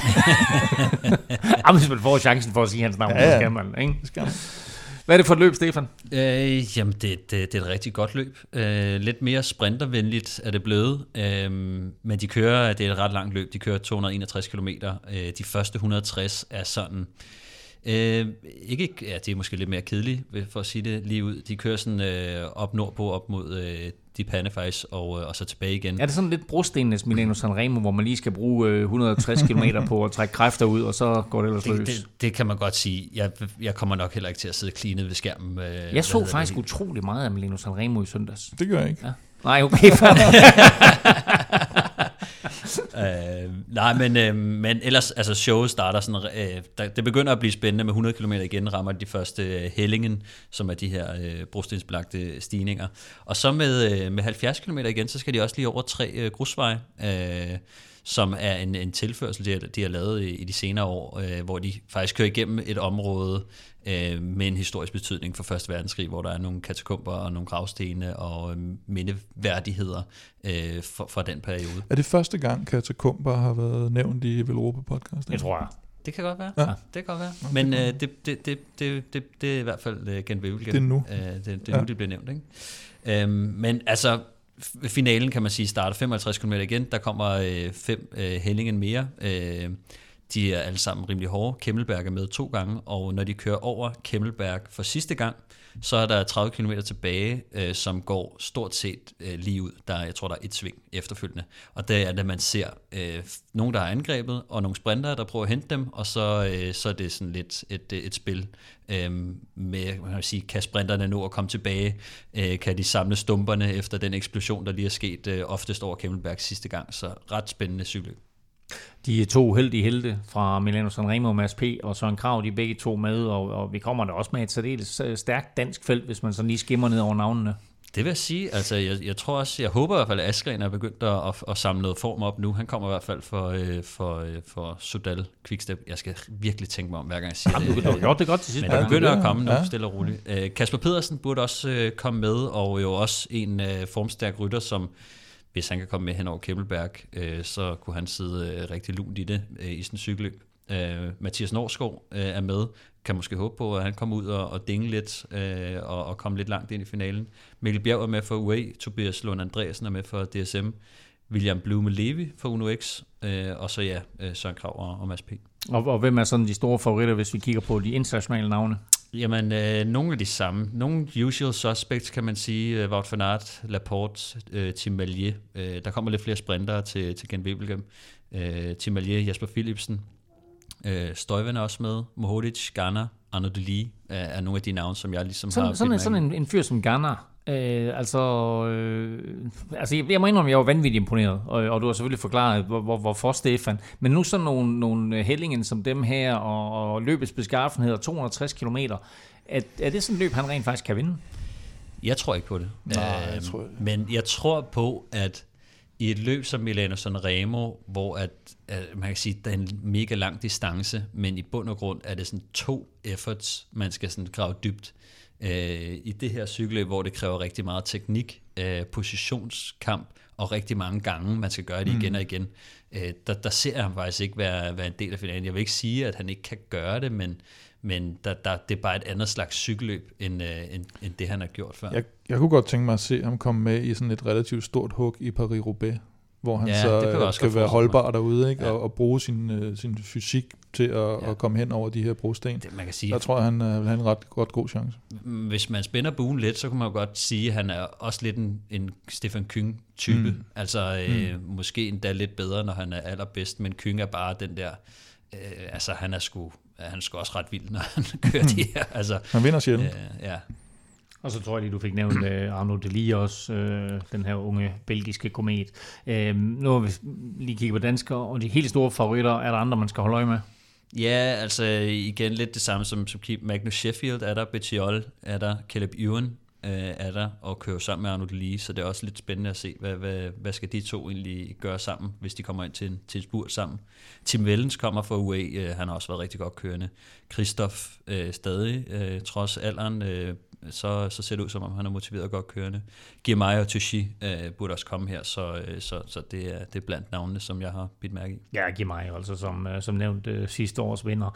Hvis man får chancen for at sige hans navn, ja, ja. Så skal man, ikke? Det skal man. Hvad er det for et løb, Stefan? Øh, jamen, det, det, det er et rigtig godt løb. Øh, lidt mere sprintervenligt er det blevet, øh, men de kører, det er et ret langt løb. De kører to hundrede og enogtres kilometer. Øh, de første et hundrede og tres er sådan... Øh, ikke, ja, det er måske lidt mere kedeligt, for at sige det lige ud. De kører sådan øh, op nordpå, op mod øh, de Pande faktisk, og, og så tilbage igen. Er det sådan lidt brostenenes Milano Sanremo, hvor man lige skal bruge øh, et hundrede og tres kilometer på at trække kræfter ud, og så går det ellers løs? Det, det, det kan man godt sige. Jeg, jeg kommer nok heller ikke til at sidde cleanet ved skærmen. Øh, jeg så faktisk det? utrolig meget af Milano Sanremo i søndags. Det gør jeg ikke. Ja. Nej, okay. øh, nej, men, øh, men ellers, altså showet starter sådan, øh, der, det begynder at blive spændende med hundrede kilometer igen, rammer de første øh, Hellingen, som er de her øh, brostensbelagte stigninger. Og så med, øh, med halvfjerds kilometer igen, så skal de også lige over tre øh, grusveje, øh, som er en, en tilførsel, de har, de har lavet i, i de senere år, øh, hvor de faktisk kører igennem et område øh, med en historisk betydning for første verdenskrig, hvor der er nogle katakomber og nogle gravstene og øh, mindeværdigheder øh, for, fra den periode. Er det første gang, katakomber har været nævnt i Velropa-podcast? Det tror jeg. Det kan godt være. Ja. Ja, det kan godt være. Men øh, det, det, det, det, det, det er i hvert fald uh, Gent-Wevelgem. Det er nu. Uh, det, det er ja. nu, det bliver nævnt. Ikke? Um, men altså, finalen kan man sige starter femoghalvtreds kilometer igen. Der kommer øh, fem øh, Hellingen mere. Øh, de er alle sammen rimelig hårde. Kemmelberg er med to gange, og når de kører over Kemmelberg for sidste gang, så er der tredive kilometer tilbage, øh, som går stort set øh, lige ud. Der er, jeg tror, der er et sving efterfølgende. Og der er det, man ser øh, nogen, der har angrebet, og nogle sprintere, der prøver at hente dem, og så, øh, så er det sådan lidt et, et spil øh, med, man kan sige, kan sprinterne nå at komme tilbage? Øh, kan de samle stumperne efter den eksplosion, der lige er sket øh, oftest over Kemmelberg sidste gang? Så ret spændende cykelløb. De to uheldige helte fra Milano Sanremo, Mads P. og Søren Kragh, de er begge to med, og, og vi kommer der også med et særdeles stærkt dansk felt, hvis man så lige skimmer ned over navnene. Det vil jeg sige. Altså, jeg, jeg tror også, jeg håber i hvert fald, at Askren er begyndt at, at, at samle noget form op nu. Han kommer i hvert fald for, øh, for, øh, for Soudal Quickstep. Jeg skal virkelig tænke mig om, hver gang jeg siger Jamen, det. Du har gjort det godt til sidst. Men det begynder at komme nu, ja. Stille og roligt. Øh, Kasper Pedersen burde også øh, komme med, og jo også en øh, formstærk rytter, som hvis han kan komme med hen over Kemmelberg, øh, så kunne han sidde øh, rigtig lunt i det, øh, i sådan en cykelløb. Øh, Mathias Norsgaard øh, er med, kan måske håbe på, at han kommer ud og, og dinge lidt, øh, og, og komme lidt langt ind i finalen. Mikkel Bjerg er med for U A, Tobias Lund Andreasen er med for D S M, William Blume Levi for Uno X, øh, og så ja, øh, Søren Kragh og, og Mads P. Og, og hvem er sådan de store favoritter, hvis vi kigger på de internationale navne? Jamen, øh, nogle af de samme. Nogle usual suspects, kan man sige. Wout van Aert, Laporte, øh, Tim Merlier. Øh, der kommer lidt flere sprintere til, til Gent-Wevelgem. Øh, Tim Merlier, Jasper Philipsen. Øh, Stuyven er også med. Mohoric, Ganna, Arnaud Delis er, er nogle af de navne, som jeg ligesom sådan, har... Sådan, sådan en, en fyr som Ganna. Øh, altså, øh, altså jeg, jeg må indrømme, jeg var vanvittigt imponeret, og, og du har selvfølgelig forklaret, hvor, hvor, hvorfor Stefan, men nu sådan nogle, nogle hellingen som dem her, og, og løbets beskaffenhed to hundrede og tres kilometer, er, er det sådan et løb, han rent faktisk kan vinde? Jeg tror ikke på det. Nej, jeg tror ikke. Men jeg tror på, at i et løb som Milano Sanremo, hvor at, at man kan sige, at der er en mega lang distance, men i bund og grund er det sådan to efforts, man skal sådan grave dybt. Øh, I det her cykelløb, hvor det kræver rigtig meget teknik, øh, positionskamp og rigtig mange gange, man skal gøre det igen og igen, øh, der, der ser jeg ham faktisk ikke være, være en del af finalen. Jeg vil ikke sige, at han ikke kan gøre det, men, men der, der, det er bare et andet slags cykelløb, end, øh, end, end det han har gjort før. Jeg, jeg kunne godt tænke mig at se ham komme med i sådan et relativt stort hug i Paris-Roubaix, hvor han Ja, så skal være holdbar derude, ikke? Ja. Og, og bruge sin, uh, sin fysik til at, Ja. at komme hen over de her brosten. Det, man kan sige, Der tror jeg, han uh, vil have en ret, ret god chance. hvis man spænder buen lidt, så kunne man jo godt sige, at han er også lidt en, en Stefan Küng-type. Mm. Altså øh, mm. måske endda lidt bedre, når han er allerbedst, men Küng er bare den der, øh, altså han er sgu, han er sgu også ret vild, når han kører de her. Altså, Han vinder sjældent. øh, ja. Og så tror jeg lige, du fik nævnt uh, Arnaud Delis også, uh, den her unge belgiske komet. Uh, nu har vi lige kigget på danskere, og de helt store favoritter, er der andre, man skal holde øje med? Ja, altså igen lidt det samme som, som Magnus Sheffield er der, Bettiol er der, Caleb Ewan øh, er der, og kører sammen med Arnaud Delis, så det er også lidt spændende at se, hvad, hvad, hvad skal de to egentlig gøre sammen, hvis de kommer ind til en, til en spurt sammen. Tim Wellens kommer fra U A E, øh, han har også været rigtig godt kørende. Christoph øh, stadig, øh, trods alderen, øh, så, så ser det ud som om han er motiveret og godt kørende. Girmay og Tichy øh, burde også komme her, så, øh, så, så det, er, det er blandt navnene, som jeg har bidt mærke i. Ja, Girmay altså, som, som nævnt uh, sidste års vinder.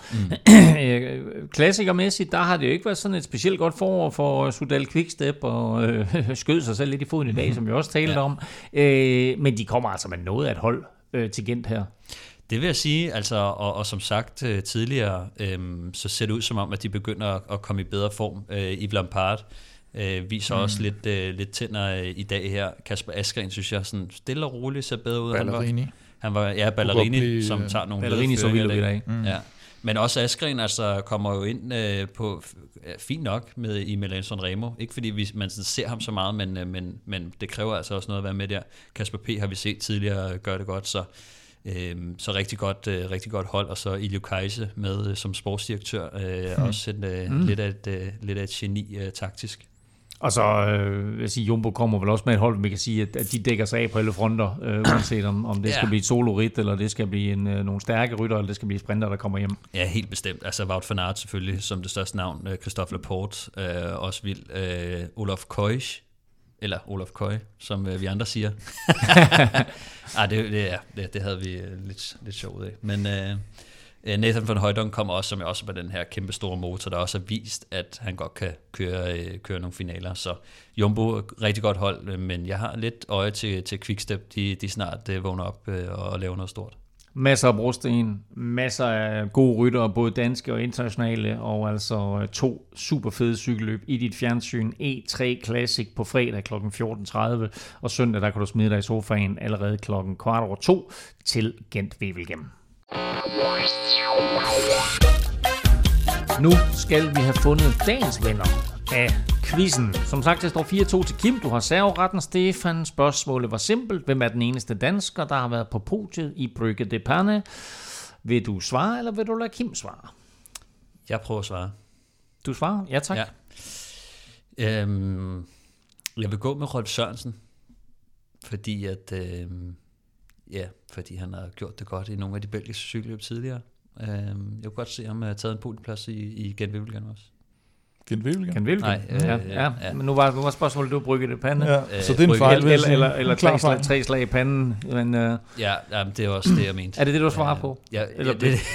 Mm. Klassikermæssigt, der har det jo ikke været sådan et specielt godt forår for Soudal Quickstep, og øh, skød sig selv lidt i foden i dag, som vi også talte ja. om. Øh, men de kommer altså med noget af et hold øh, til Gent her. Det vil jeg sige, altså, og, og som sagt øh, tidligere, øh, så ser det ud som om, at de begynder at, at komme i bedre form. Øh, Yves Lampard øh, viser mm. også lidt, øh, lidt tænder øh, i dag her. Kasper Asgreen, synes jeg, sådan stille og roligt ser bedre ud. Ballerini. Han var, han var ja, Ballerini, blive, som tager nogle Ballerini så vild i dag. Mm. Ja. Men også Asgreen altså, kommer jo ind øh, på ja, fint nok med i Milano Sanremo. Ikke fordi vi, man sådan ser ham så meget, men, øh, men, men det kræver altså også noget at være med der. Kasper P. har vi set tidligere gøre det godt, så Øhm, så rigtig godt, øh, rigtig godt hold, og så Iljo Kajse med øh, som sportsdirektør, øh, mm. også en, øh, mm. lidt, af et, øh, lidt af et geni øh, taktisk. Og så øh, vil jeg sige, Jumbo kommer vel også med et hold, vi kan sige, at, at de dækker sig af på alle fronter, øh, uanset om, om det ja. skal blive et solo-rit, eller det skal blive en, øh, nogle stærke rytter, eller det skal blive sprinter, der kommer hjem. Ja, helt bestemt. Altså Wout van Aert selvfølgelig, som det største navn, øh, Christophe Laporte, øh, også vild, øh, Olaf Koisch, eller Olaf Køj, som øh, vi andre siger. Ej, det, det, ja, det, det havde vi øh, lidt, lidt sjovt af. Men øh, Nathan van Hooydonk kommer også, som er også på den her kæmpe store motor, der også har vist, at han godt kan køre, øh, køre nogle finaler. Så Jumbo, rigtig godt hold, men jeg har lidt øje til, til Quickstep. De, de snart øh, vågner op øh, og laver noget stort. Masser af brosten, masser af gode ryttere, både danske og internationale, og altså to super fede cykelløb i dit fjernsyn. E tre Classic på fredag kl. fjorten tredive, og søndag der kan du smide dig i sofaen allerede klokken kvart over to til Gent-Wevelgem. Nu skal vi have fundet dagens vinder af quizzen. Som sagt, det står fire to til Kim. Du har serveretten, Stefan. Spørgsmålet var simpelt. Hvem er den eneste dansker, der har været på podiet i Brygge de Panne? Vil du svare, eller vil du lade Kim svare? Jeg prøver at svare. Du svarer? Ja, tak. Ja. Øhm, jeg vil gå med Rolf Sørensen, fordi at øhm, ja, fordi han har gjort det godt i nogle af de belgiske cykelløb tidligere. Øhm, jeg kunne godt se ham have taget en podieplads i, i Gent-Wevelgem også. Gent-Wevelgem? Gent-Wevelgem? Nej, øh, ja, ja. ja. Men nu var, nu var spørgsmålet, du Brygge de Panne. Ja, øh, så det er en fejl. Eller, eller, eller, eller tre, fejl. tre slag i panden. Men, uh... Ja, jamen, det er også det, jeg mente. Er det det, du svarer på? Ja, eller ja det,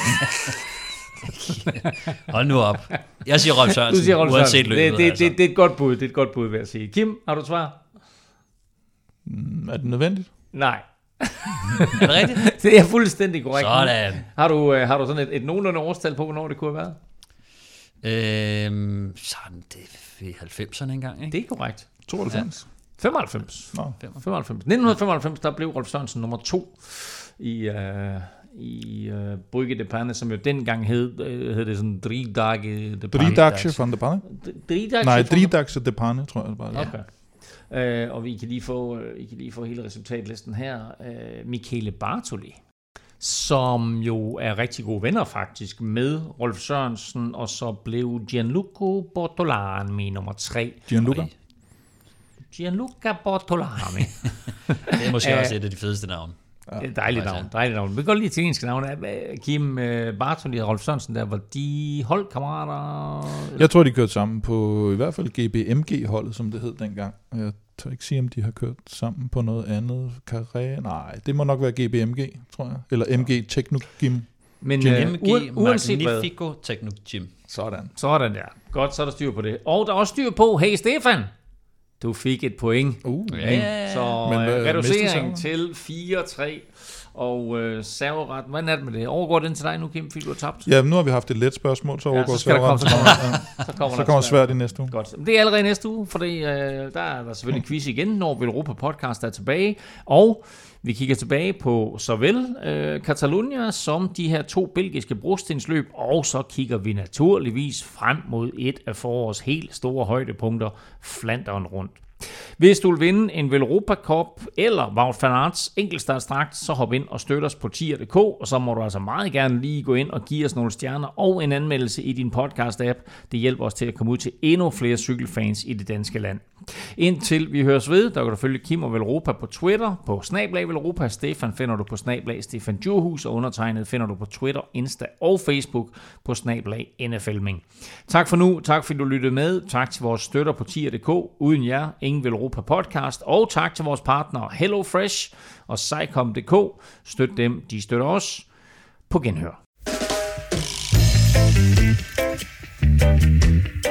hold nu op. Jeg siger Rolf Sørensen, du siger Rolf uanset løbet. Det, det, altså. det, det er et godt bud, det er et godt bud, vil jeg sige. Kim, har du et svar? Mm, er det nødvendigt? Nej. Er det rigtigt? Det er fuldstændig korrekt. Sådan. Har du, uh, har du sådan et, et nogenlunde årstal på, hvornår det kunne have været? Øhm, sådan, det er halvfemserne engang, ikke? Det er korrekt. tooghalvfems. Ja. femoghalvfems. Nå. femoghalvfems. nitten femoghalvfems, der blev Rolf Sørensen nummer to i, uh, i uh, Brygge de Panne, som jo dengang hed, uh, hed det sådan Driedagen de Panne. Driedagen van de Panne? Nej, Driedagen de Panne, tror jeg det bare. Ja. Okay. Uh, og vi kan lige få, uh, I kan lige få hele resultatlisten her. Uh, Michele Bartoli, som jo er rigtig gode venner faktisk med Rolf Sørensen, og så blev Gianluca Bortolami nummer tre. Gianluca? Oj. Gianluca Bortolami. Det er måske også et af de fedeste navne. Ja. Det er dejligt navn, dejligt navn. Vi kan godt lide italienske navn. Kim Bartoli og Rolf Sørensen, der var de holdkammerater? Jeg tror, de kørte sammen på i hvert fald G B M G-holdet, som det hed dengang. Jeg tør ikke sige, om de har kørt sammen på noget andet. Carré? Nej, det må nok være G B M G, tror jeg. Eller M G Technogym. Men uh, M G Magnifico Technogym. Sådan. Sådan, ja. Godt, så er der styr på det. Og der er også styr på, hey Stefan, du fik et point. Uh, yeah. Så Men, øh, reducering til fire tre. Og øh, serveret, hvordan er det med det? Overgår den til dig nu, Kim, fordi du har tabt? Ja, nu har vi haft et let spørgsmål, så overgår ja, så serveret. Så kommer, ja. så kommer, så kommer svært i næste uge. Godt. Det er allerede næste uge, for øh, der er der selvfølgelig quiz igen, når Velropa Podcast er tilbage. Og vi kigger tilbage på såvel øh, Catalunya som de her to belgiske brostensløb, og så kigger vi naturligvis frem mod et af forårets helt store højdepunkter, Flandern rundt. Hvis du vil vinde en Velropa Cup eller Wout van Aerts enkeltstartsdragt, så hop ind og støt os på tier punktum d k, og så må du altså meget gerne lige gå ind og give os nogle stjerner og en anmeldelse i din podcast-app. Det hjælper os til at komme ud til endnu flere cykelfans i det danske land. Indtil vi høres ved, der kan du følge Kim og Velropa på Twitter, på snablag Velropa. Stefan finder du på snablag Stefan Djurhus, og undertegnet finder du på Twitter, Insta og Facebook på snablag N F L Ming. Tak for nu, tak fordi du lyttede med, tak til vores støtter på tier punktum d k, uden jer, ingen Velropa Podcast, og tak til vores partnere HelloFresh og Cycom punktum d k. Støt dem, de støtter os. På genhør.